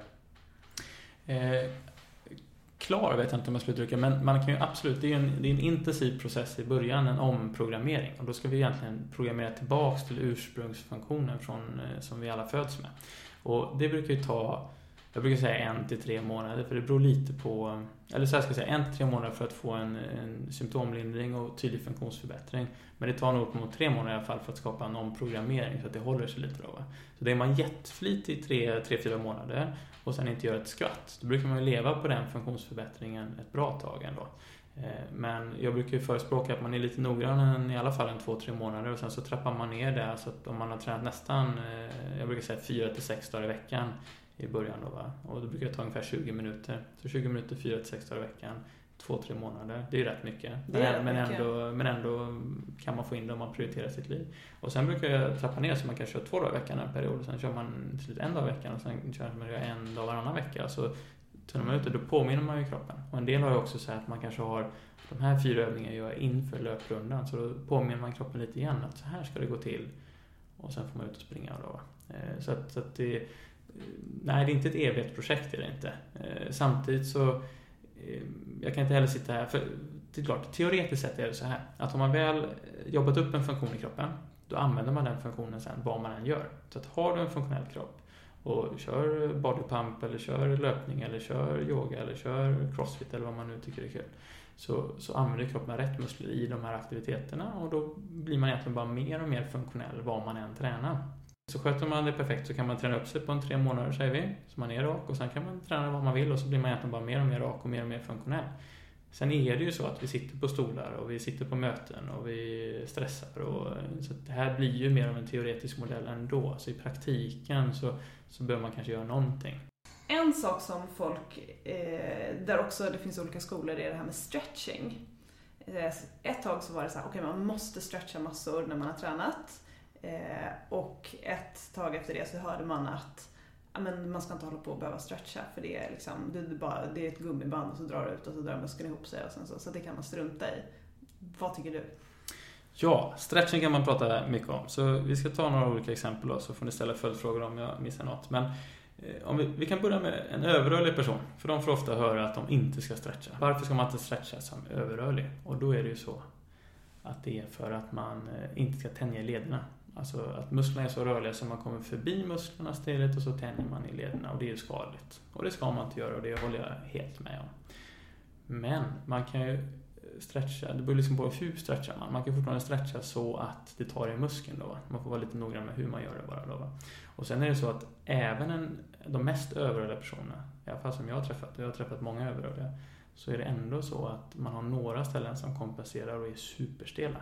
Klar vet jag inte om jag skulle uttrycka, men man kan ju absolut, det är en intensiv process i början, en omprogrammering. Och då ska vi egentligen programmera tillbaks till ursprungsfunktionen som vi alla föds med. Och det brukar ju ta, jag brukar säga 1 till 3 månader, för det beror lite på, eller så här ska jag säga 1 till 3 månader för att få en symptomlindring och tydlig funktionsförbättring. Men det tar nog upp mot 3 månader i alla fall för att skapa en omprogrammering så att det håller sig lite då. Va? Så det är man jätteflitig i 3-4 månader och sen inte göra ett skvatt. Då brukar man ju leva på den funktionsförbättringen ett bra tag ändå. Men jag brukar ju förespråka att man är lite noggrann i alla fall 2-3 månader och sen så trappar man ner det. Så att om man har tränat nästan, jag brukar säga 4-6 dagar i veckan i början då, va? Och då brukar det ta ungefär 20 minuter. Så 20 minuter 4-6 dagar i veckan, 2-3 månader. Det är ju rätt mycket. Men ändå kan man få in det om man prioriterar sitt liv. Och sen brukar jag trappa ner så man kan köra 2 dagar i veckan en period. Och sen kör man till slut 1 dag i veckan och sen kör man 1 dag varannan vecka. Så tunnar man ut det, då påminner man ju kroppen. Och en del har ju också så att man kanske har de här 4 övningar jag gör inför löprundan. Så då påminner man kroppen lite igen att så här ska det gå till. Och sen får man ut och springa då. Så att det... Nej, det är inte ett evighetsprojekt, är det inte. Samtidigt så jag kan inte heller sitta här, för det är klart, teoretiskt sett är det så här att om man väl jobbat upp en funktion i kroppen, då använder man den funktionen sen vad man än gör. Så att har du en funktionell kropp och kör bodypump eller kör löpning eller kör yoga eller kör crossfit eller vad man nu tycker är kul, så använder kroppen rätt muskler i de här aktiviteterna och då blir man egentligen bara mer och mer funktionell vad man än tränar. Så sköter man det perfekt så kan man träna upp sig på 3 månader, säger vi, så man är rak och sen kan man träna vad man vill och så blir man egentligen bara mer och mer rak och mer funktionell. Sen är det ju så att vi sitter på stolar och vi sitter på möten och vi stressar och så det här blir ju mer av en teoretisk modell ändå. Så i praktiken så bör man kanske göra någonting. En sak som folk, där också det finns olika skolor, är det här med stretching. Ett tag så var det så här, okej, man måste stretcha massor när man har tränat. Och ett tag efter det så hörde man att man ska inte hålla på och behöva stretcha, för det är liksom, det är ett gummiband och så drar det ut och så drar muskeln ihop sig och sen så det kan man strunta i. Vad tycker du? Ja, stretching kan man prata mycket om. Så vi ska ta några olika exempel då, så får ni ställa följdfrågor om jag missar något. Men om vi kan börja med en överrörlig person, för de får ofta höra att de inte ska stretcha. Varför ska man inte stretcha som överrörlig? Och då är det ju så att det är för att man inte ska tänja i lederna. Alltså att musklerna är så rörliga så man kommer förbi musklerna stället och så tänjer man i lederna och det är ju skadligt. Och det ska man inte göra och det håller jag helt med om. Men man kan ju stretcha, det beror liksom på hur stretchar man. Man kan fortfarande stretcha så att det tar i muskeln då. Man får vara lite noggrann med hur man gör det bara då. Och sen är det så att även de mest överrörliga personerna, i alla fall som jag har träffat många överrörliga, så är det ändå så att man har några ställen som kompenserar och är superstela.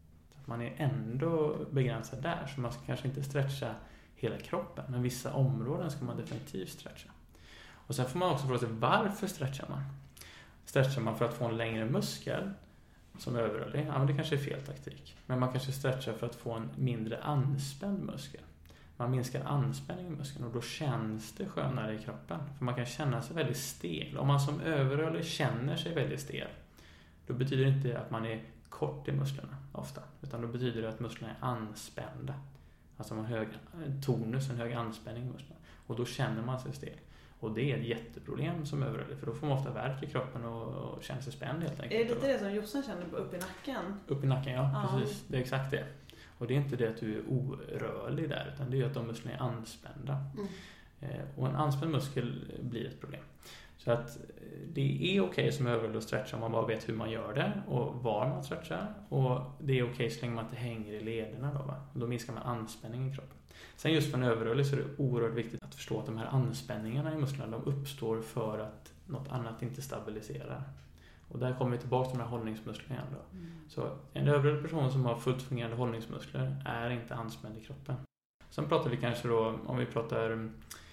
Man är ändå begränsad där, så man ska kanske inte stretcha hela kroppen, men vissa områden ska man definitivt stretcha. Och sen får man också fråga sig, varför stretchar man? Stretchar man för att få en längre muskel som överrörlig? Ja, men det kanske är fel taktik. Men man kanske stretchar för att få en mindre anspänd muskel. Man minskar anspänningen i muskeln och då känns det skönare i kroppen. För man kan känna sig väldigt stel. Om man som överrörlig känner sig väldigt stel, då betyder det inte att man är kort i musklerna ofta, utan då betyder det att musklerna är anspända. Alltså man har hög tonus, en hög anspänning i musklerna. Och då känner man sig stel. Och det är ett jätteproblem som överrörlig, för då får man ofta värk i kroppen och känner sig spänd helt enkelt. Är det lite det som Jossan känner upp i nacken? Upp i nacken, ja. Precis. Det är exakt det. Och det är inte det att du är orörlig där, utan det är att de musklerna är anspända. Och en anspänd muskel blir ett problem. Så att det är okej som överrörlig att stretcha om man bara vet hur man gör det och var man stretchar. Och det är okej så länge man inte hänger i lederna då, va? Då minskar man anspänningen i kroppen. Sen just för en överrörlig så är det oerhört viktigt att förstå att de här anspänningarna i musklerna, de uppstår för att något annat inte stabiliserar. Och där kommer vi tillbaka till de här hållningsmusklerna igen då. Så en övrig person som har fullt fungerande hållningsmuskler är inte anspänd i kroppen. Sen pratar vi kanske då, om vi pratar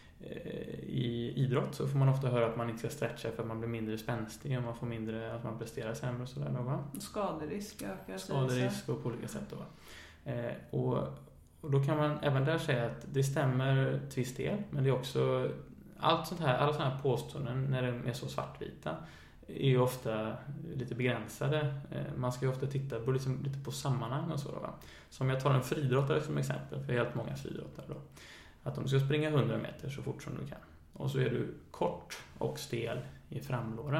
i idrott, så får man ofta höra att man inte ska stretcha för att man blir mindre spänstig och man får mindre, att man presterar sämre och sådär då, va? Skaderisk ökar. Skaderisk och på olika sätt då, va? Och då kan man även där säga att det stämmer till viss del, men det är också alla sådana här påståenden när de är så svartvita är ju ofta lite begränsade. Man ska ju ofta titta på lite på sammanhang och så då, va? Så om jag tar en friidrottare som exempel, för helt många friidrottare då, att om du ska springa 100 meter så fort som du kan och så är du kort och stel i framlåren.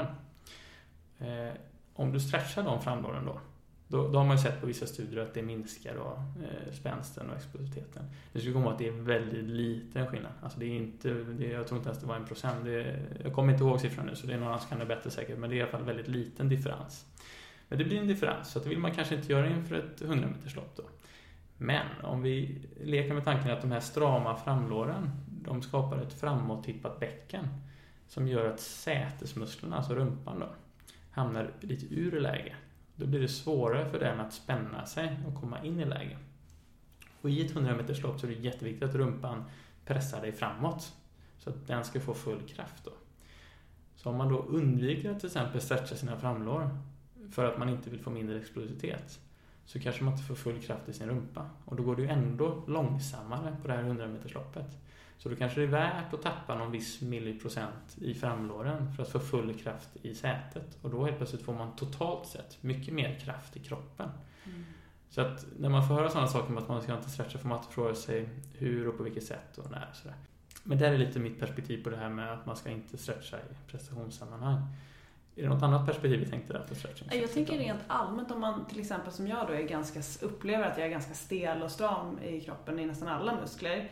Om du stretchar de framlåren då har man ju sett på vissa studier att det minskar då, spänsten och explosiviteten. Det skulle komma att det är väldigt liten skillnad. Alltså det är inte, jag tror inte ens det var 1%. Jag kommer inte ihåg siffran nu, så det är någon annan som kan det bättre säkert. Men det är i alla fall väldigt liten differens. Men det blir en differens, så det vill man kanske inte göra inför ett 100-meterslopp då. Men om vi leker med tanken att de här strama framlåren, de skapar ett framåttippat bäcken som gör att sätesmusklerna, alltså rumpan då, hamnar lite ur läge. Då blir det svårare för den att spänna sig och komma in i läge. Och i ett 100-meterslopp så är det jätteviktigt att rumpan pressar dig framåt så att den ska få full kraft då. Så om man då undviker att till exempel stretcha sina framlår för att man inte vill få mindre explosivitet, så kanske man inte får full kraft i sin rumpa. Och då går det ju ändå långsammare på det här 100-metersloppet. Så då kanske det är värt att tappa någon viss milliprocent i framlåren för att få full kraft i sätet. Och då helt plötsligt får man totalt sett mycket mer kraft i kroppen. Så att när man får höra sådana saker om att man ska inte stretcha, får man inte fråga sig hur och på vilket sätt och när. Sådär. Men det är lite mitt perspektiv på det här med att man ska inte stretcha i prestationssammanhang. Är det något annat perspektiv vi tänkte där på stretching? Jag tänker rent allmänt, om man till exempel som jag då upplever att jag är ganska stel och stram i kroppen i nästan alla muskler,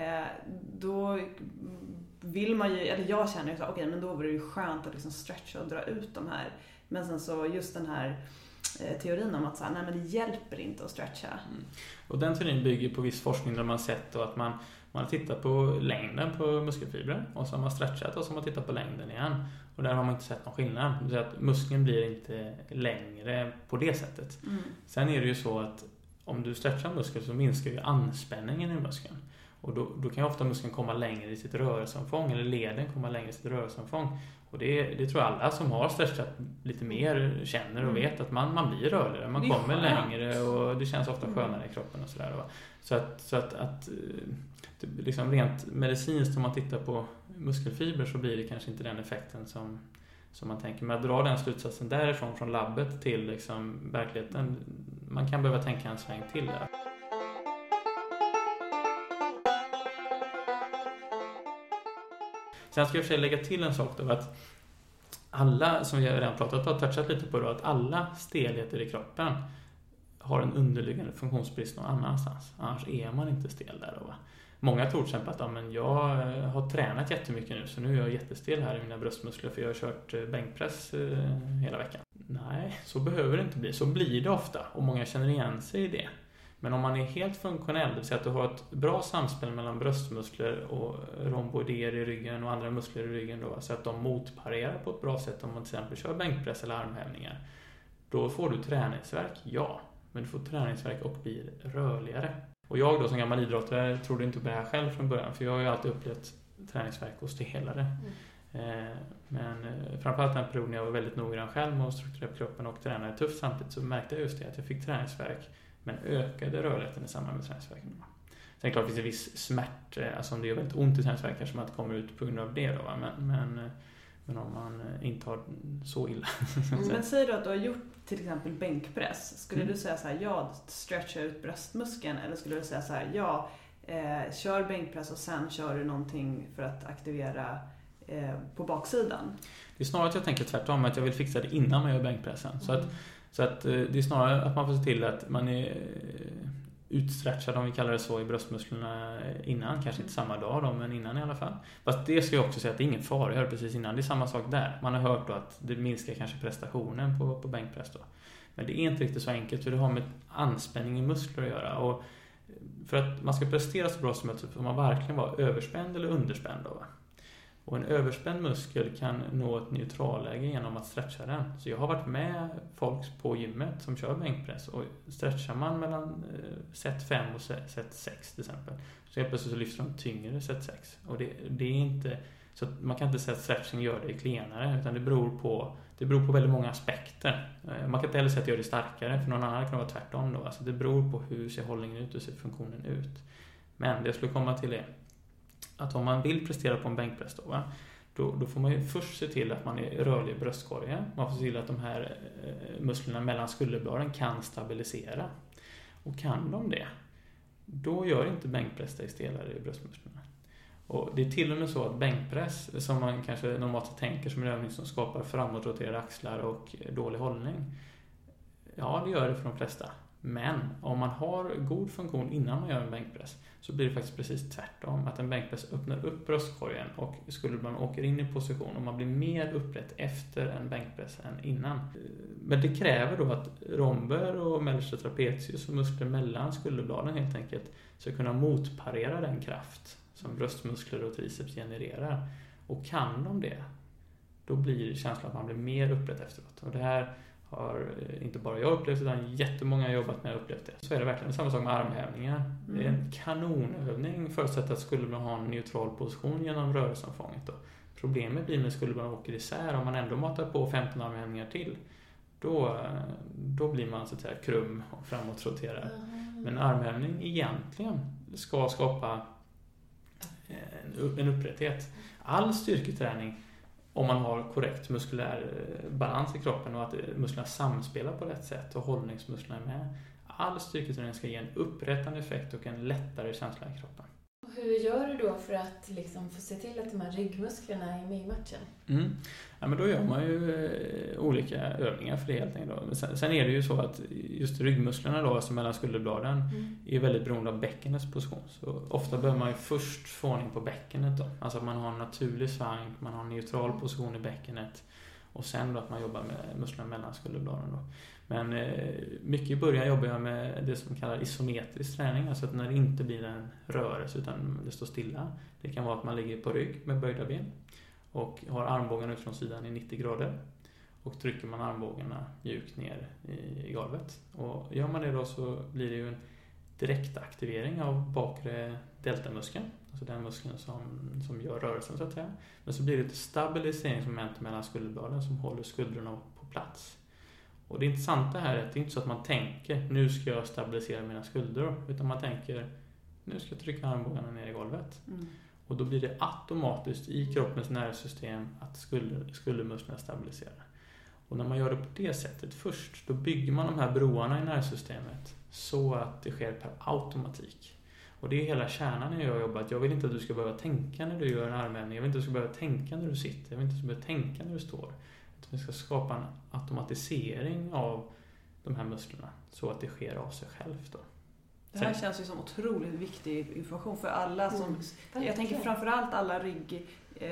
då vill man ju, eller jag känner ju så, okej, men då vore det ju skönt att liksom stretcha och dra ut de här. Men sen så just den här teorin om att så här, nej men det hjälper inte att stretcha. Och den teorin bygger på viss forskning där man sett då att man har tittat på längden på muskelfibrer och så har man stretchat och så har man tittat på längden igen. Och där har man inte sett någon skillnad. Det vill säga att muskeln blir inte längre på det sättet. Sen är det ju så att om du stretchar muskeln så minskar ju anspänningen i muskeln. Och då kan ju ofta muskeln komma längre i sitt rörelseomfång, eller leden komma längre i sitt rörelseomfång. Och det tror jag alla som har stretchat lite mer känner och vet att man blir rörligare, man kommer längre och det känns ofta skönare i kroppen och sådär. Så att liksom rent medicinskt om man tittar på muskelfiber så blir det kanske inte den effekten som man tänker. Men att dra den slutsatsen därifrån från labbet till liksom verkligheten, man kan behöva tänka en sväng till där. Sen ska jag försöka lägga till en sak då, att alla, som vi redan pratat om, touchat lite på då, att alla stelheter i kroppen har en underliggande funktionsbrist någon annanstans. Annars är man inte stel där då, va? Många tror till exempel att men jag har tränat jättemycket nu så nu är jag jättestel här i mina bröstmuskler för jag har kört bänkpress hela veckan. Nej, så behöver det inte bli. Så blir det ofta och många känner igen sig i det. Men om man är helt funktionell, det vill säga att du har ett bra samspel mellan bröstmuskler och romboider i ryggen och andra muskler i ryggen då, så att de motparerar på ett bra sätt om man till exempel kör bänkpress eller armhävningar. Då får du träningsvärk, ja. Men du får träningsvärk och blir rörligare. Och jag då som gammal idrottare trodde inte på det här själv från början. För jag har ju alltid upplevt träningsvärk och stelare. Men framförallt den perioden jag var väldigt noggrann själv med att strukturera upp kroppen och tränade tufft samtidigt, så märkte jag just det att jag fick träningsvärk men ökade rörligheten i samband med träningsvärken. Sen är det klart att det finns en viss smärta, alltså om det gör väldigt ont i träningsvärk kanske man inte kommer ut på grund av det då, men om man inte har så illa. Men säg då att du har gjort till exempel bänkpress. Skulle du säga så här, ja, stretcha ut bröstmuskeln, eller skulle du säga så här, ja, kör bänkpress och sen kör du någonting för att aktivera på baksidan? Det är snarare att jag tänker tvärtom, att jag vill fixa det innan man gör bänkpressen. Så att det är snarare att man får se till att man är utstretchad, om vi kallar det så, i bröstmusklerna innan. Kanske inte samma dag då, men innan i alla fall. Fast det ska jag också säga att det är ingen fara att göra precis innan. Det är samma sak där. Man har hört då att det minskar kanske prestationen på bänkpress då. Men det är inte riktigt så enkelt, för det har med anspänning i muskler att göra. Och för att man ska prestera så bra som möjligt så får man verkligen vara överspänd eller underspänd då, va? Och en överspänd muskel kan nå ett neutralläge genom att stretcha den. Så jag har varit med folk på gymmet som kör bänkpress, och stretchar man mellan set 5 och set 6 till exempel, så helt plötsligt så lyfter de tyngre set 6. Och det är inte så att man kan inte säga att stretching gör det klenare, utan det beror på väldigt många aspekter. Man kan inte heller säga att det gör det starkare, för någon annan kan vara tvärtom då. Alltså det beror på hur ser hållningen ut och ser funktionen ut. Men det jag skulle komma till är att om man vill prestera på en bänkpress då får man ju först se till att man är rörlig i bröstkorgen. Man får se till att de här musklerna mellan skulderbladen kan stabilisera. Och kan de det, då gör inte bänkpress dig stelare i bröstmusklerna. Och det är till och med så att bänkpress, som man kanske normalt tänker som en övning som skapar framåtroterade axlar och dålig hållning, ja, det gör det för de flesta. Men om man har god funktion innan man gör en bänkpress, så blir det faktiskt precis tvärtom. Att en bänkpress öppnar upp bröstkorgen och skulderbladen åker in i position, och man blir mer upprätt efter en bänkpress än innan. Men det kräver då att romber och mellersta trapezius och muskler mellan skulderbladen helt enkelt ska kunna motparera den kraft som bröstmuskler och triceps genererar. Och kan de det, då blir känslan att man blir mer upprätt efteråt. Och det här har inte bara jag upplevt, utan jättemånga har jobbat med att upplevt det. Så är det verkligen samma sak med armhävningar. Det är en kanonövning, förutsatt att skulderbladen har en neutral position genom rörelseomfånget då. Problemet blir när skulderbladen åker isär. Om man ändå matar på 15 armhävningar till, då blir man så att säga krum och framåtroterad. Men armhävning egentligen ska skapa en upprätthet. All styrketräning, om man har korrekt muskulär balans i kroppen och att musklerna samspelar på rätt sätt och hållningsmusklerna är med. All styrketräning ska ge en upprättande effekt och en lättare känsla i kroppen. Och hur gör du då för att liksom få se till att de här ryggmusklerna är med i matchen? Ja, men då gör man ju olika övningar för det helt enkelt. Men sen är det ju så att just ryggmusklerna då, alltså mellan skulderbladen, är väldigt beroende av bäckenets position. Så ofta behöver man ju först få ordning på bäckenet då. Alltså att man har en naturlig svank, man har en neutral position i bäckenet, och sen då att man jobbar med musklerna mellan skulderbladen då. Men mycket i början jobbar jag med det som kallas isometrisk träning, alltså att när det inte blir en rörelse utan det står stilla. Det kan vara att man ligger på rygg med böjda ben och har armbågen ut från sidan i 90 grader, och trycker man armbågarna mjukt ner i golvet. Och gör man det då, så blir det ju en direktaktivering av bakre deltamuskeln, alltså den muskeln som gör rörelsen så att säga. Men så blir det ett stabiliseringsmoment mellan skulderbladen som håller skulderna på plats. Och det intressanta här är att det är inte så att man tänker nu ska jag stabilisera mina skulder, utan man tänker nu ska jag trycka armbågarna ner i golvet. Och då blir det automatiskt i kroppens nervsystem att skuldermusklerna stabiliserar. Och när man gör det på det sättet först, då bygger man de här broarna i nervsystemet så att det sker per automatik. Och det är hela kärnan när jag jobbar. Jag vill inte att du ska behöva tänka när du gör en armhävning. Jag vill inte att du ska behöva tänka när du sitter. Jag vill inte att du ska behöva tänka när du står. Vi ska skapa en automatisering av de här musklerna så att det sker av sig självt då. Det här känns ju som otroligt viktig information för alla som, jag tänker framförallt alla rygg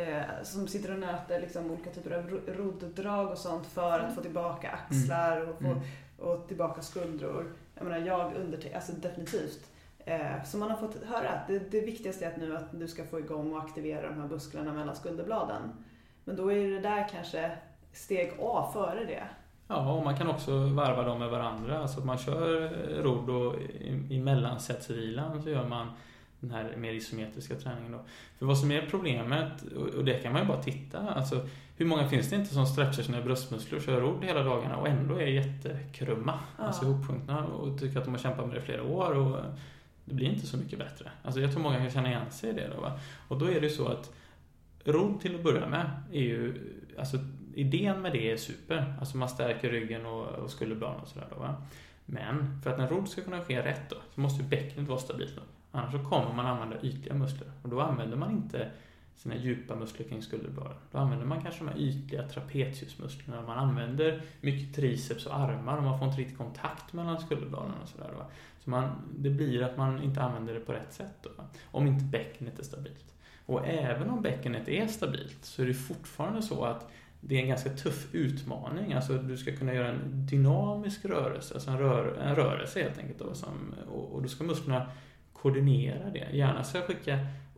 som sitter och nöter liksom olika typer av rodddrag och sånt för att få tillbaka axlar och tillbaka skuldror. Jag menar, alltså definitivt. Så man har fått höra att det viktigaste är att nu att du ska få igång och aktivera de här musklerna mellan skulderbladen. Men då är det där kanske steg A före det. Ja, och man kan också varva dem med varandra. Alltså att man kör rodd och i mellansättsvilan så gör man den här mer isometriska träningen då. För vad som är problemet, och det kan man ju bara titta, alltså hur många finns det inte som stretchar sina bröstmuskler och kör rodd hela dagarna och ändå är jättekrumma, alltså ihopsjunkna, och tycker att de har kämpat med det i flera år och det blir inte så mycket bättre. Alltså jag tror många kan känna igen sig i det då, va? Och då är det så att rodd till att börja med är ju, alltså idén med det är super. Alltså man stärker ryggen och skulderbladen och sådär då, va? Men för att en rodd ska kunna ske rätt då, så måste ju bäckenet vara stabilt då. Annars så kommer man använda ytliga muskler. Och då använder man inte sina djupa muskler kring skulderbladen. Då använder man kanske de här ytliga trapeziusmusklerna. Man använder mycket triceps och armar och man får inte riktigt kontakt mellan skulderbladen och sådär då. Så det blir att man inte använder det på rätt sätt då, va? Om inte bäckenet är stabilt. Och även om bäckenet är stabilt så är det fortfarande så att det är en ganska tuff utmaning. Alltså du ska kunna göra en dynamisk rörelse, alltså en rörelse helt enkelt då, och då ska musklerna koordinera det. Gärna så skicka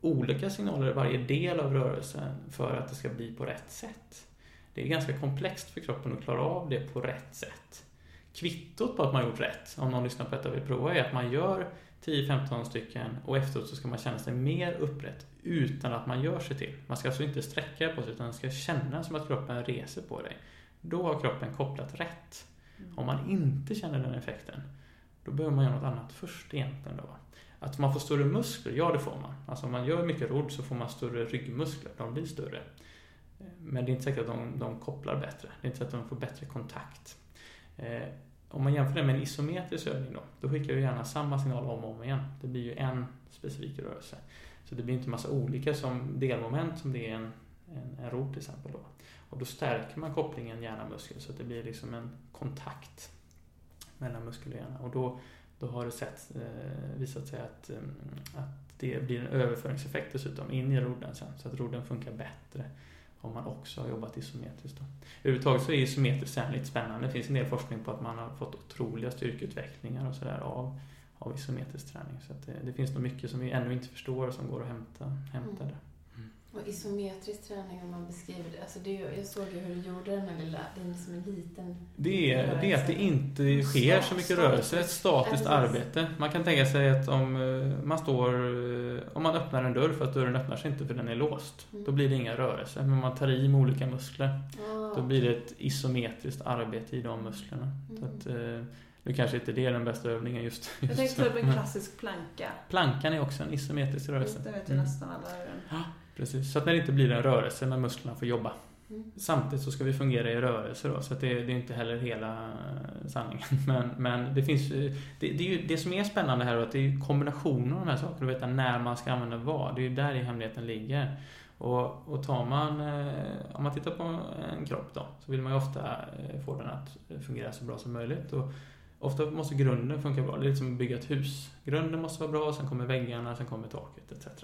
olika signaler i varje del av rörelsen för att det ska bli på rätt sätt. Det är ganska komplext för kroppen att klara av det på rätt sätt. Kvittot på att man har gjort rätt, om någon lyssnar på detta och vill prova, är att man gör 10-15 stycken och efteråt så ska man känna sig mer upprätt utan att man gör sig till. Man ska alltså inte sträcka på sig utan det ska kännas som att kroppen reser på dig. Då har kroppen kopplat rätt. Om man inte känner den effekten, då behöver man göra något annat först egentligen då. Att man får större muskler, ja det får man. Alltså om man gör mycket rodd så får man större ryggmuskler, de blir större. Men det är inte säkert att de kopplar bättre. Det är inte säkert att de får bättre kontakt. Om man jämför det med en isometrisk övning då skickar du gärna samma signal om och om igen. Det blir ju en specifik rörelse. Så det blir inte massa olika som delmoment som det är en rodd till exempel då. Och då stärker man kopplingen hjärna-muskel så att det blir liksom en kontakt mellan muskel och hjärna. Och då har det visat sig att det blir en överföringseffekt dessutom in i rodden sen. Så att rodden funkar bättre om man också har jobbat isometriskt då. Överhuvudtaget så är isometriskt sen lite spännande. Det finns en del forskning på att man har fått otroliga styrkeutvecklingar och sådär av isometrisk träning. Så att det finns nog mycket som vi ännu inte förstår som går att hämta där. Och isometrisk träning, om man beskriver det. Alltså jag såg ju hur du gjorde den här lilla, det är som en liten... Det är att det inte sker så mycket rörelse, ett statiskt arbete. Man kan tänka sig att om man öppnar en dörr för att dörren öppnar sig inte för den är låst, då blir det inga rörelse. Men man tar i med olika muskler, då blir det ett isometriskt arbete i de musklerna. Så att, nu kanske inte det är den bästa övningen just jag tänkte på en klassisk planka. Plankan är också en isometrisk rörelse. Det vet ju nästan alla hur den. Ja, precis. Så att när det inte blir en rörelse när musklerna får jobba. Samtidigt så ska vi fungera i rörelse då, så att det är inte heller hela sanningen. Men det finns det är ju det som är spännande här, att det är kombinationen av de här sakerna, att veta när man ska använda vad. Det är ju där i hemligheten ligger. Och om man tittar på en kropp då, så vill man ju ofta få den att fungera så bra som möjligt. Och ofta måste grunden funka bra. Det är lite som att bygga ett hus. Grunden måste vara bra, sen kommer väggarna, sen kommer taket etc.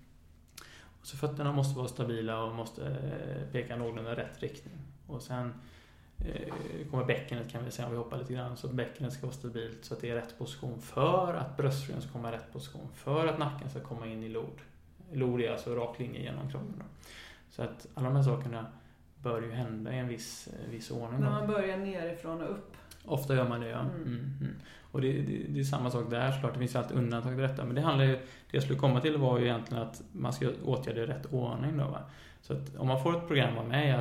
Så fötterna måste vara stabila och måste peka någorlunda i rätt riktning. Och sen kommer bäckenet, kan vi säga om vi hoppar lite grann, så att bäckenet ska vara stabilt så att det är rätt position för att bröstryggen ska komma i rätt position, för att nacken ska komma in i lod. Lod är alltså rak linje genom kroppen då. Så att alla de här sakerna bör ju hända i en viss ordning. När man börjar nerifrån och upp. Ofta gör man det, ja. Och det är samma sak där såklart. Det finns alltid undantag till detta. Men det handlar ju, det jag skulle komma till var ju egentligen att man ska åtgärda i rätt ordning då, va? Så att om man får ett program av mig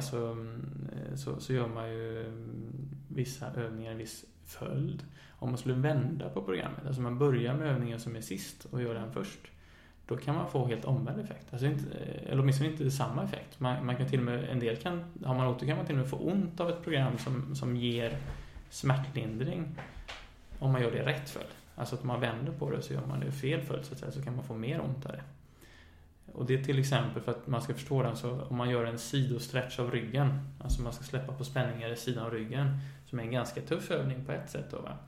så gör man ju vissa övningar i viss följd. Om man skulle vända på programmet, alltså man börjar med övningen som är sist och gör den först, då kan man få helt omvänd effekt. Alltså eller åtminstone inte samma effekt. Man kan till och med, har man otur kan man till och med få ont av ett program som ger smärtlindring om man gör det rätt följd. Alltså att man vänder på det så gör man det fel följd så kan man få mer ont av det. Och det är till exempel, för att man ska förstå den, så om man gör en sidostretch av ryggen, alltså man ska släppa på spänningar i sidan av ryggen, som är en ganska tuff övning på ett sätt då, va?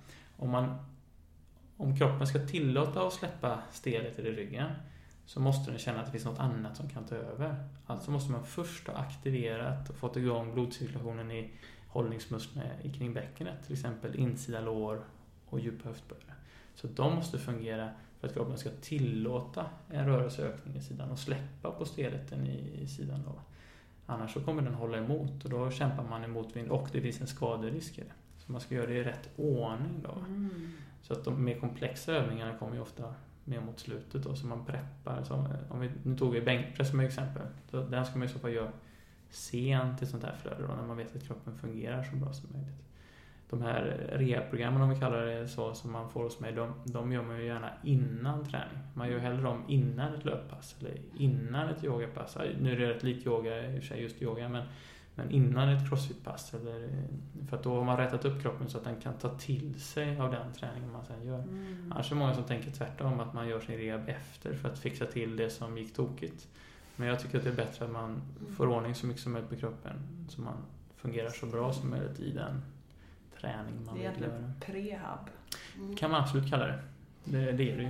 Om kroppen ska tillåta att släppa stelhet i ryggen, så måste den känna att det finns något annat som kan ta över. Alltså måste man först ha aktiverat och fått igång blodcirkulationen i hållningsmusklerna kring bäckenet, till exempel insida lår och djupa höftböjare. Så de måste fungera för att kroppen ska tillåta en rörelseökning i sidan och släppa på stelheten i sidan då. Annars så kommer den hålla emot och då kämpar man emot vind och det finns en skaderisk i det. Så man ska göra det i rätt ordning då. Så att de mer komplexa övningarna kommer ju ofta mer mot slutet då, så man preppar. Så nu tog vi bänkpress som exempel. Så den ska man i så fall göra sent till sånt här flöde då, när man vet att kroppen fungerar så bra som möjligt. De här rehabprogrammen, om vi kallar det så, som man får hos mig, de gör man ju gärna innan träning. Man gör hellre dem innan ett löppass eller innan ett yogapass. Nu är det rätt likt yoga, i och för sig just yoga, men innan ett crossfitpass. För att då har man rättat upp kroppen så att den kan ta till sig av den träningen man sen gör. Annars är det många som tänker tvärtom, att man gör sin rehab efter för att fixa till det som gick tokigt. Men jag tycker att det är bättre att man får ordning så mycket som möjligt på kroppen, så man fungerar så bra som möjligt i den träning man vill göra. Det är egentligen prehab. Kan man absolut kalla det. Det är det ju.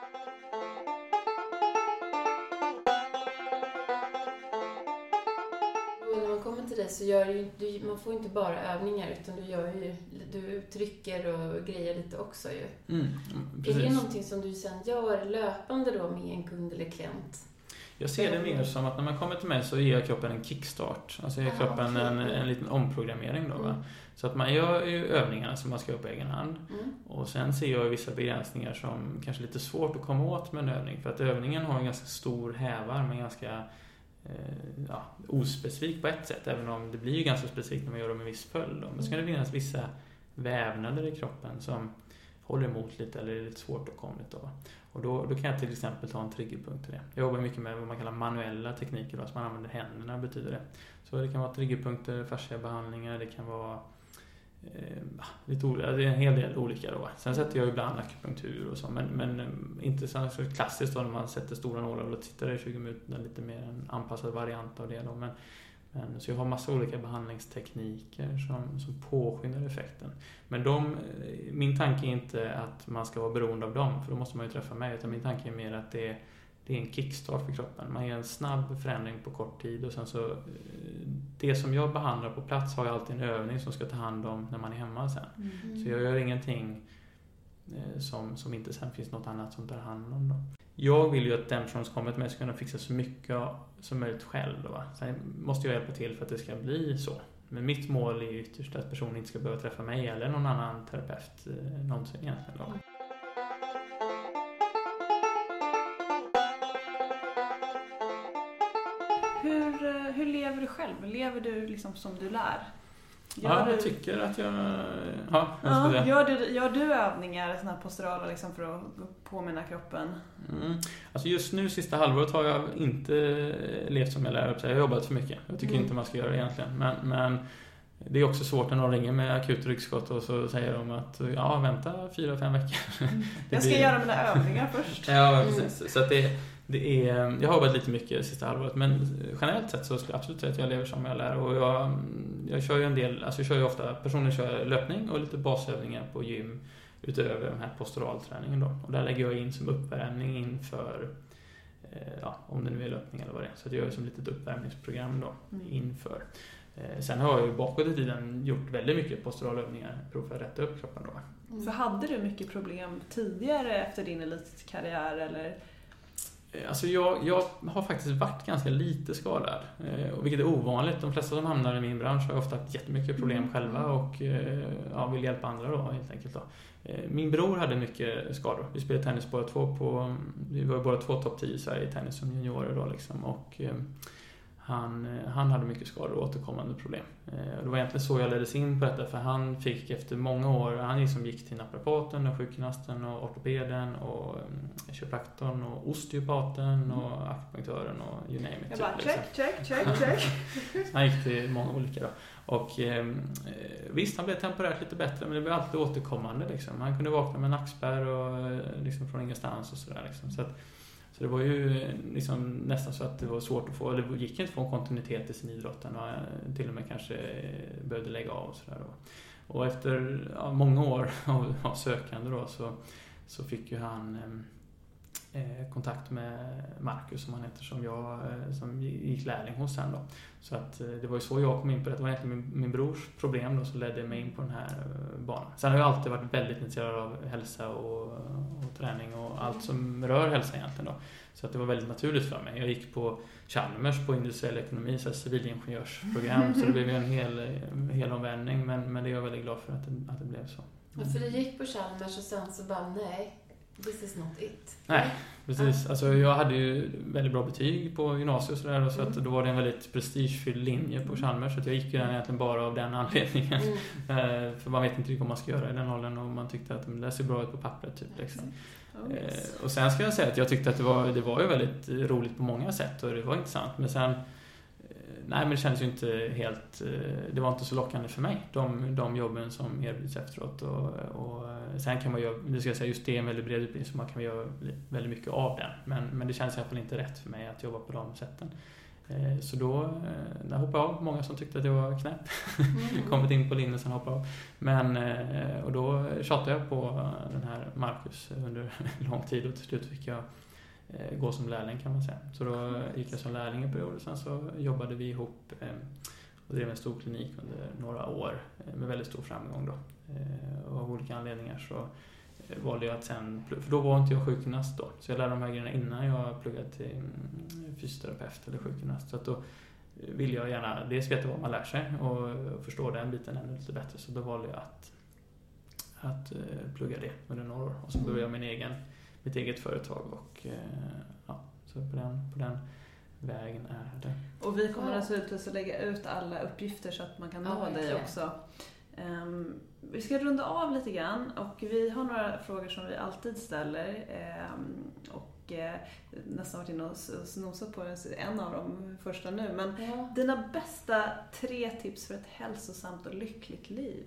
När man kommer till dig så gör man får inte bara övningar, utan du trycker och grejer lite också ju. Är det någonting som du sen gör löpande då med en kund eller klient? Jag ser det mer som att när man kommer till mig så ger jag kroppen en kickstart. Alltså ger kroppen en liten omprogrammering då, va? Så att man gör ju övningarna som man ska göra på egen hand. Och sen ser jag vissa begränsningar som kanske är lite svårt att komma åt med en övning. För att övningen har en ganska stor hävar men ganska ospecifik på ett sätt. Även om det blir ju ganska specifikt när man gör dem med viss följd. Men så kan det finnas vissa vävnader i kroppen som håller emot lite eller är lite svårt att komma då. Och då kan jag till exempel ta en triggerpunkt till det. Jag jobbar mycket med vad man kallar manuella tekniker, då, så man använder händerna betyder det. Så det kan vara triggerpunkter, fasciabehandlingar, det kan vara lite olika, det är en hel del olika då. Sen sätter jag ibland akupunktur och så, men inte så klassiskt då när man sätter stora nålar och sitter där i 20 minuter, lite mer en anpassad variant av det då. Men så jag har massa olika behandlingstekniker som påskyndar effekten. Men min tanke är inte att man ska vara beroende av dem, för då måste man ju träffa mig. Utan min tanke är mer att det är en kickstart för kroppen. Man ger en snabb förändring på kort tid och sen så det som jag behandlar på plats har jag alltid en övning som ska ta hand om när man är hemma sen. Så jag gör ingenting som inte sen finns något annat som tar hand om då. Jag vill ju att den som kommer till mig ska kunna fixa så mycket som möjligt själv då, va? Sen måste jag hjälpa till för att det ska bli så. Men mitt mål är ytterst att personen inte ska behöva träffa mig eller någon annan terapeut någonsin egentligen då. Hur lever du själv? Lever du liksom som du lär? Jag tycker att jag... Gör du övningar, såna här posturala liksom, för att påminna kroppen? Alltså just nu, sista halvåret har jag inte levt som jag lär upp. Jag har jobbat för mycket. Jag tycker inte man ska göra det egentligen. Men det är också svårt när någon ringer med akut ryggskott och så säger de att vänta 4-5 veckor. Jag ska göra mina övningar först. Ja, precis. Så att jag har jobbat lite mycket sista halvåret, men generellt sett så skulle jag absolut säga att jag lever som jag lär. Och jag kör ju en del, alltså jag kör ju ofta, personligen kör jag löpning och lite basövningar på gym utöver den här posturalträningen då. Och där lägger jag in som uppvärmning inför, om det nu är löpning eller vad det är. Så jag gör som ett litet uppvärmningsprogram då inför. Sen har jag ju bakåt i tiden gjort väldigt mycket posturalövningar för att rätta upp kroppen då. Så hade du mycket problem tidigare efter din elitkarriär eller? Alltså jag har faktiskt varit ganska lite skadad, vilket är ovanligt. De flesta som hamnar i min bransch har ofta haft jättemycket problem själva och vill hjälpa andra då helt enkelt då. Min bror hade mycket skador. Vi spelade tennis båda två vi var båda två topp 10 i Sverige i tennis som juniorer då liksom, och han hade mycket skador och återkommande problem. Det var egentligen så jag leddes in på detta, för han fick efter många år, han gick till naprapaten och sjukgymnasten och ortopeden och kiropraktorn och osteopaten och akupunktören och you name it. Jag bara check. Han gick till många olika då. Och visst, han blev temporärt lite bättre, men det blev alltid återkommande liksom. Han kunde vakna med nackspärr och liksom från ingenstans och sådär liksom. Så det var ju liksom nästan så att det var svårt att få, det gick inte att få en kontinuitet i sin idrotten och till och med kanske behövde lägga av och sådär då. Och efter många år av sökande då så fick ju han kontakt med Marcus som han heter, som gick lärling hos sen då. Så att det var ju så jag kom in på det. Det var egentligen min brors problem då som ledde mig in på den här banan. Sen har jag alltid varit väldigt intresserad av hälsa och träning och allt som rör hälsa egentligen då. Så att det var väldigt naturligt för mig. Jag gick på Chalmers på industriell ekonomi, så civilingenjörsprogram, så det blev ju en hel omvändning, men det är jag väldigt glad för att det blev så. Ja, för du gick på Chalmers och sen så bara nej. This is not it. Nej, precis. Alltså, jag hade ju väldigt bra betyg på gymnasiet och sådär, så att då var det en väldigt prestigefylld linje på Chalmers, så att jag gick ju den egentligen bara av den anledningen. För man vet inte riktigt vad man ska göra i den åldern och man tyckte att det ser bra ut på pappret typ liksom. Och sen ska jag säga att jag tyckte att det var ju väldigt roligt på många sätt och det var intressant, men sen men det kändes ju inte helt, det var inte så lockande för mig, de jobben som erbjuds efteråt och sen kan man göra, det ska jag säga, just det är en väldigt bred utbildning så man kan göra väldigt mycket av den, men det känns i alla fall inte rätt för mig att jobba på de sätten. Så då hoppade jag av, många som tyckte att jag var knäpp kommit in på linjen sen hoppade av, och då tjatade jag på den här Marcus under lång tid och till slut fick jag gå som lärling kan man säga. Så då gick jag som lärling i period och sen så jobbade vi ihop och drev en stor klinik under några år med väldigt stor framgång då. Och av olika anledningar så valde jag att sen, för då var inte jag sjukgymnast då. Så jag lärde de här grejerna innan jag pluggade till fysioterapeut eller sjukgymnast. Så att då vill jag gärna dels veta vad man lär sig och förstå den biten ännu lite bättre. Så då valde jag att plugga det under några år. Och så började jag mitt eget företag och så på den vägen är det. Och vi kommer naturligtvis att lägga ut alla uppgifter så att man kan nå dig också. Vi ska runda av lite grann och vi har några frågor som vi alltid ställer och nästan varit inne och snosat på en av de första nu. Men dina bästa 3 tips för ett hälsosamt och lyckligt liv?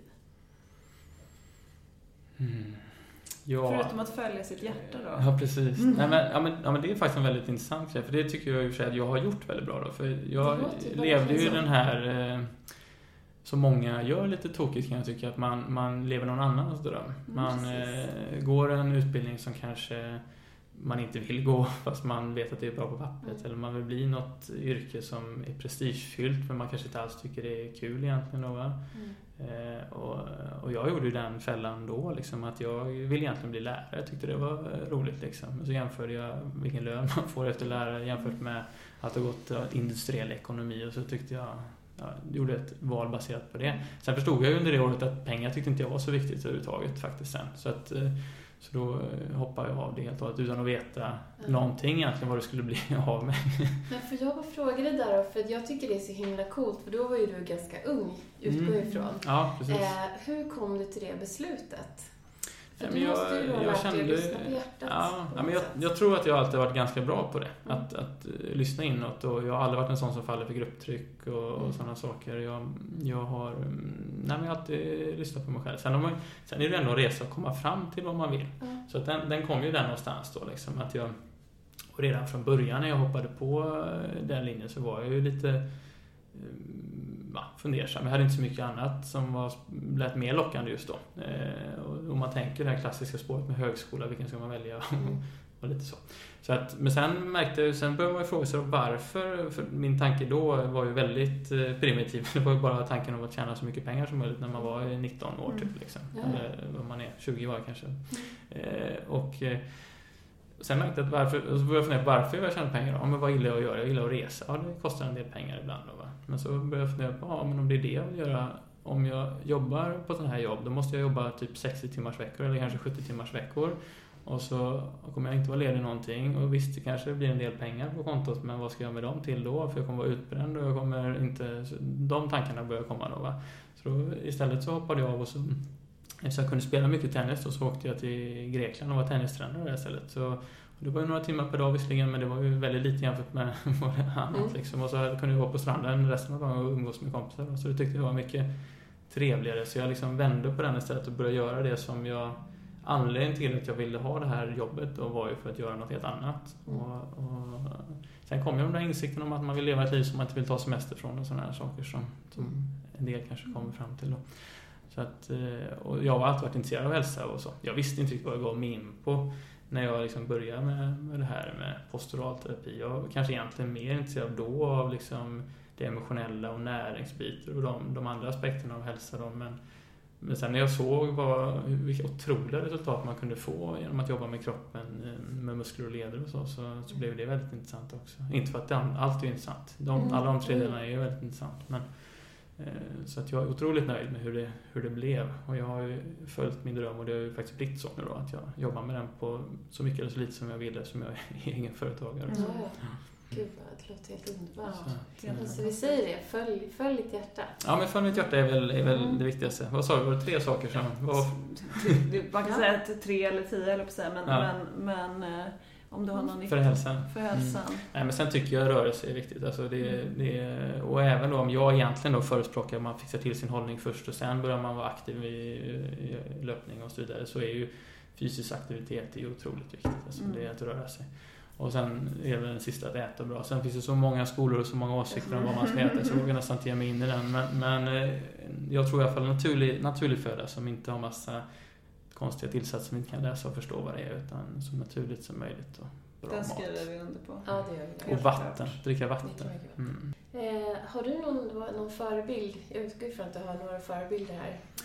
Ja. Förutom att följa sitt hjärta då. Ja, precis. Nej, men det är faktiskt en väldigt intressant grej. För det tycker jag i och för sig att jag har gjort väldigt bra då. För jag levde ju den här som många gör lite tokigt, kan jag tycka, att man lever någon annans dröm. Man går en utbildning som kanske man inte vill gå fast man vet att det är bra på pappret. Eller man vill bli något yrke som är prestigefyllt men man kanske inte alls tycker det är kul egentligen då, och jag gjorde ju den fällan då liksom, att jag vill egentligen bli lärare. Jag tyckte det var roligt liksom. Så jämförde jag vilken lön man får efter lärare jämfört med att ha gått industriell ekonomi, och så tyckte jag gjorde ett val baserat på det. Sen förstod jag under det året att pengar tyckte inte jag var så viktigt överhuvudtaget faktiskt sen. Så då hoppade jag av det helt och hållet utan att veta någonting egentligen vad det skulle bli av mig. Men för jag bara fråga dig där då, för jag tycker det är så himla coolt, för då var ju du ganska ung utgå ifrån. Ja, precis. Hur kom du till det beslutet? För du måste ju ha lärt dig att lyssna på hjärtat. Jag tror att jag alltid varit ganska bra på det. Att lyssna inåt, och jag har aldrig varit en sån som faller för grupptryck och sådana saker. Jag har alltid lyssnat på mig själv. Sen är det ändå en resa att komma fram till vad man vill. Så att den kom ju där någonstans då liksom, att och redan från början när jag hoppade på den linjen så var jag ju lite fundersam. Jag hade inte så mycket annat som lät mer lockande just då. Och man tänker det här klassiska spåret med högskola, vilken ska man välja och lite så. Men sen började man ju fråga sig varför, för min tanke då var ju väldigt primitiv. Det var ju bara tanken om att tjäna så mycket pengar som möjligt när man var 19 år typ liksom. Eller vad man är, 20 var kanske. Sen märkte jag att så började jag fundera på varför jag tjänar pengar då. Men vad gillar jag att göra? Jag gillar att resa. Ja, det kostar en del pengar ibland då, va? Men så började jag fundera på, men om det är det jag vill göra, om jag jobbar på sån här jobb, då måste jag jobba typ 60 timmars veckor eller kanske 70 timmars veckor. Och så kommer jag inte vara ledig någonting. Och visst, det kanske blir en del pengar på kontot, men vad ska jag med dem till då? För jag kommer vara utbränd och jag kommer inte... De tankarna börjar komma då, va? Så då, istället så hoppade jag av och så... Eftersom jag kunde spela mycket tennis och så åkte jag till Grekland och var tennistränare där istället. Så det var ju några timmar per dag visserligen, men det var ju väldigt lite jämfört med vad det annat liksom. Och så kunde jag vara på stranden resten av dagen och umgås med kompisar. Så det tyckte jag var mycket trevligare. Så jag liksom vände på den istället och började göra det som jag... Anledningen till att jag ville ha det här jobbet och var ju för att göra något helt annat. Och sen kom jag med den där insikten om att man vill leva ett liv som man inte vill ta semester från och sådana här saker som en del kanske kommer fram till då. Så att, och jag har alltid varit intresserad av hälsa och så. Jag visste inte riktigt vad jag gav mig in på när jag liksom började med det här med posturalterapi. Jag var kanske egentligen mer intresserad då av liksom det emotionella och näringsbitar och de andra aspekterna av hälsa då. Men sen när jag såg vilka otroliga resultat man kunde få genom att jobba med kroppen, med muskler och leder och så blev det väldigt intressant också. Inte för att allt är intressant. Alla de 3 delarna är ju väldigt intressant. Men, så att jag är otroligt nöjd med hur det blev. Och jag har ju följt min dröm och det har ju faktiskt blivit så nu då. Att jag jobbar med den på så mycket eller så lite som jag ville, som jag är egen företagare. Gud vad det låter helt underbart. Så vi säger det, följ ditt hjärta. Ja, men följ mitt hjärta är väl det viktigaste. Vad sa du? Var det 3 saker som man kan säga att 3 eller 10 eller på sig, men om du har någon för hälsan. Nej, men sen tycker jag rörelse är viktigt. Alltså och även då om jag egentligen då förespråkar att man fixar till sin hållning först och sen börjar man vara aktiv i löpning och så vidare, så är ju fysisk aktivitet är otroligt viktigt. Alltså det är att röra sig. Och sen är det den sista att äta bra. Sen finns det så många skolor och så många åsikter om vad man ska äta, så jag vågar nästan inte ge mig in i den. Men jag tror i alla fall naturlig föda som inte har massa konstiga tillsatser som inte kan läsa och förstå vad det är, utan så naturligt som möjligt och bra den mat. Den skriver vi under på. Ja, det gör vi. Och vatten, dricka vatten. Har du någon förebild? Jag utgår ifrån att du har några förebilder här.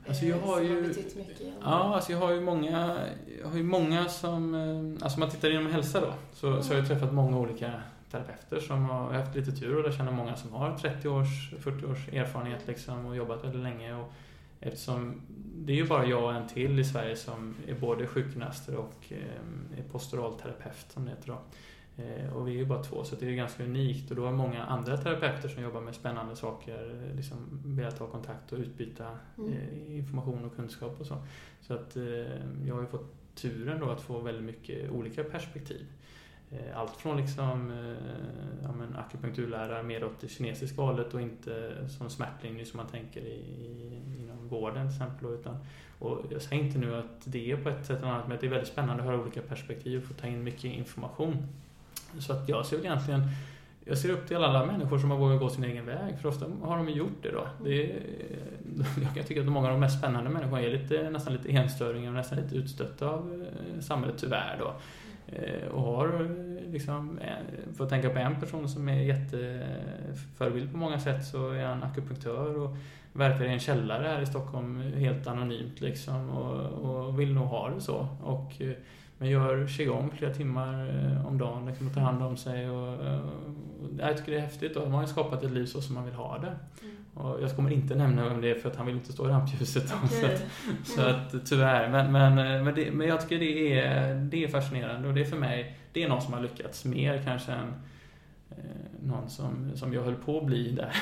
Alltså jag har som ju... har betytt mycket. Ja, alltså jag har ju många som... Alltså om man tittar inom hälsa då, så har jag träffat många olika terapeuter som har haft lite tur, och där känner många som har 30 års, 40 års erfarenhet liksom, och jobbat väldigt länge. Och eftersom det är ju bara jag och en till i Sverige som är både sjukgymnaster och är posturalterapeut som det heter då. Och vi är ju bara 2, så det är ganska unikt, och då har många andra terapeuter som jobbar med spännande saker liksom velat ta kontakt och utbyta information och kunskap och så. Så att jag har ju fått turen då att få väldigt mycket olika perspektiv. Allt från liksom akupunkturlärare mer åt det kinesiska hållet och inte som smärtlinje som man tänker inom vården till exempel, utan, och jag säger inte nu att det är på ett sätt eller annat, men att det är väldigt spännande att höra olika perspektiv och få ta in mycket information. Så att jag ser upp till alla människor som har vågat gå sin egen väg, för ofta har de gjort det då. Jag tycker att många av de mest spännande människorna är nästan lite enstöringar och nästan lite utstötta av samhället tyvärr då. Och har liksom, för att tänka på en person som är jätteförebild på många sätt, så är han akupunktör och verkar i en källare här i Stockholm helt anonymt liksom, och vill nog ha det så, men gör qigong flera timmar om dagen liksom, och tar hand om sig, och jag tycker det är häftigt, och man har ju skapat ett liv så som man vill ha det. Och jag kommer inte nämna vem det är, för att han vill inte stå i rampljuset. Okay. Så att tyvärr. Men jag tycker det är fascinerande, och det är för mig, det är någon som har lyckats mer kanske än någon som jag höll på att bli där.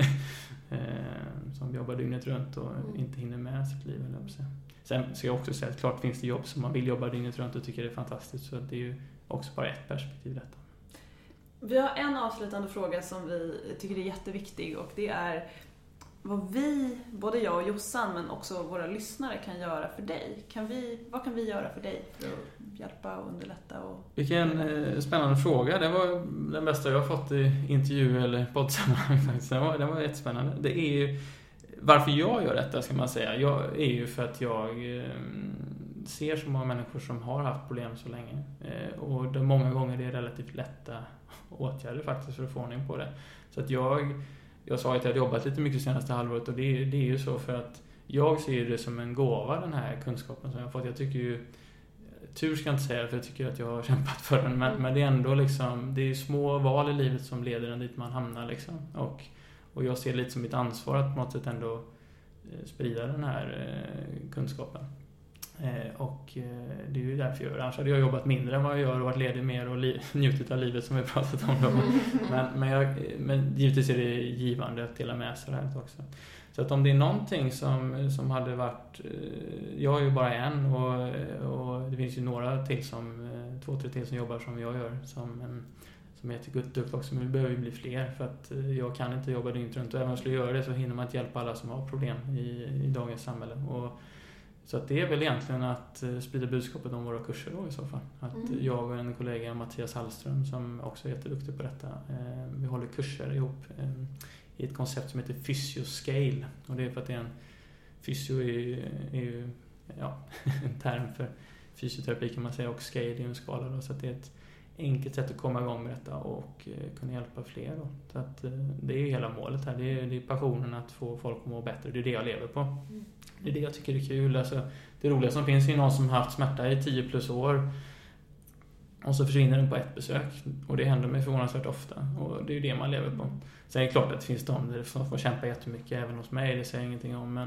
Som jobbar dygnet runt och inte hinner med sitt liv. Sen ska jag också säga att klart finns det jobb som man vill jobba dygnet runt och tycker det är fantastiskt, så det är ju också bara ett perspektiv detta. Vi har en avslutande fråga som vi tycker är jätteviktig, och det är vad vi, både jag och Jossan men också våra lyssnare, kan göra för dig. Vad kan vi göra för dig för att hjälpa och underlätta? Vilken spännande fråga. Det var den bästa jag har fått i intervju eller poddsammanhang faktiskt. Den var jättespännande. Det är ju varför jag gör detta, ska man säga. Jag är ju för att jag ser så många människor som har haft problem så länge. Och det många gånger är relativt lätta åtgärder faktiskt för att få ordning på det. Så att jag sa att jag har jobbat lite mycket senaste halvåret, och det är ju så för att jag ser det som en gåva, den här kunskapen som jag har fått. Jag tycker ju, tur ska jag inte säga, för jag tycker att jag har kämpat för den, men det är ändå liksom, det är små val i livet som leder en dit man hamnar liksom. Och jag ser det lite som mitt ansvar att på något sätt ändå sprida den här kunskapen. Och det är ju därför jag gör det. Annars hade jag jobbat mindre än vad jag gör och varit ledig mer och njutit av livet som vi pratat om då. Men givetvis är det givande att dela med sig det här också. Så att om det är någonting som hade varit... Jag är ju bara en, och det finns ju några till 2-3 till som jobbar som jag gör som är till duktiga också, men vi behöver ju bli fler, för att jag kan inte jobba dygnet runt, och även om jag skulle göra det så hinner man inte hjälpa alla som har problem i dagens samhälle. Så att det är väl egentligen att sprida budskapet om våra kurser då i så fall. Att jag och en kollega, Mattias Hallström, som också är jätteduktig på detta, vi håller kurser ihop i ett koncept som heter Physioscale. Och det är för att fysio är ju en term för fysioterapi kan man säga, och scale är ju en skala då, så att det är ett enkelt sätt att komma igång med detta och kunna hjälpa fler då. Så att det är ju hela målet här. Det är passionen att få folk att må bättre. Det är det jag lever på. Det är det jag tycker är kul. Alltså, det roliga som finns är någon som har haft smärta i 10+ år och så försvinner den på ett besök. Och det händer mig förvånansvärt ofta. Och det är ju det man lever på. Sen är det klart att det finns de som får kämpa jättemycket även hos mig. Det säger jag ingenting om.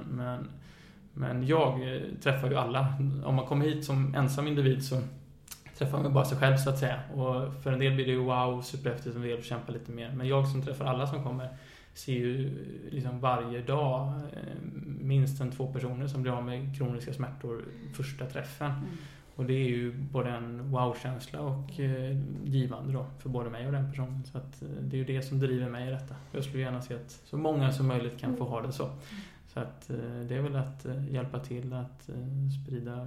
Men jag träffar ju alla. Om man kommer hit som ensam individ så träffar man bara sig själv så att säga. Och för en del blir det ju wow, superhäftigt, en del att kämpa lite mer. Men jag som träffar alla som kommer ser ju liksom varje dag minst 2 personer som blir av med kroniska smärtor första träffen. Och det är ju både en wow-känsla och givande då för både mig och den personen. Så att det är ju det som driver mig i detta. Jag skulle gärna se att så många som möjligt kan få ha det så. Så att det är väl att hjälpa till att sprida...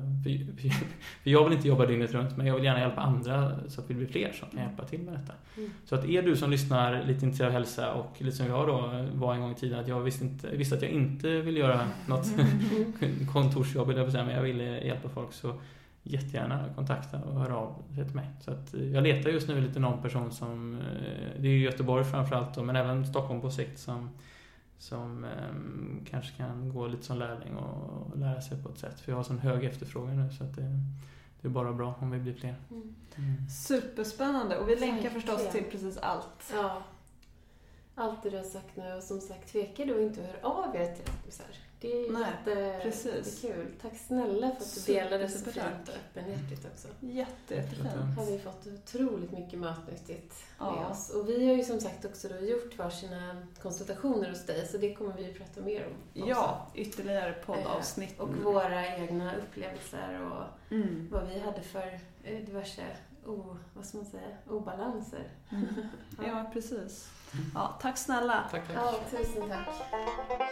För jag vill inte jobba dygnet runt, men jag vill gärna hjälpa andra så att vi blir fler som kan hjälpa till med detta. Så att är du som lyssnar lite intresserad av hälsa, och lite som jag då var en gång i tiden, att jag visste att jag inte vill göra något kontorsjobb, men jag ville hjälpa folk, så jättegärna kontakta och höra av sig till mig. Så att jag letar just nu lite någon person som... Det är ju Göteborg framförallt då, men även Stockholm på sikt som kanske kan gå lite som lärling och lära sig på ett sätt. För jag har sån hög efterfrågan nu så att det är bara bra om vi blir fler. Superspännande och vi länkar förstås till precis allt. Ja, allt det du har sagt nu och som sagt tvekar du inte att höra av er till Atmosfär. Det är jättekul. Tack snälla för att du delade så fint och öppenhjärtigt också. Jättefint. Har vi fått otroligt mycket matnyttigt med oss. Och vi har ju som sagt också då gjort varsina konsultationer hos dig så det kommer vi att prata mer om också. Ja, ytterligare poddavsnitt. Och våra egna upplevelser och vad vi hade för diverse obalanser. Ja, precis. Ja, tack snälla. Tack. Ja, tusen tack.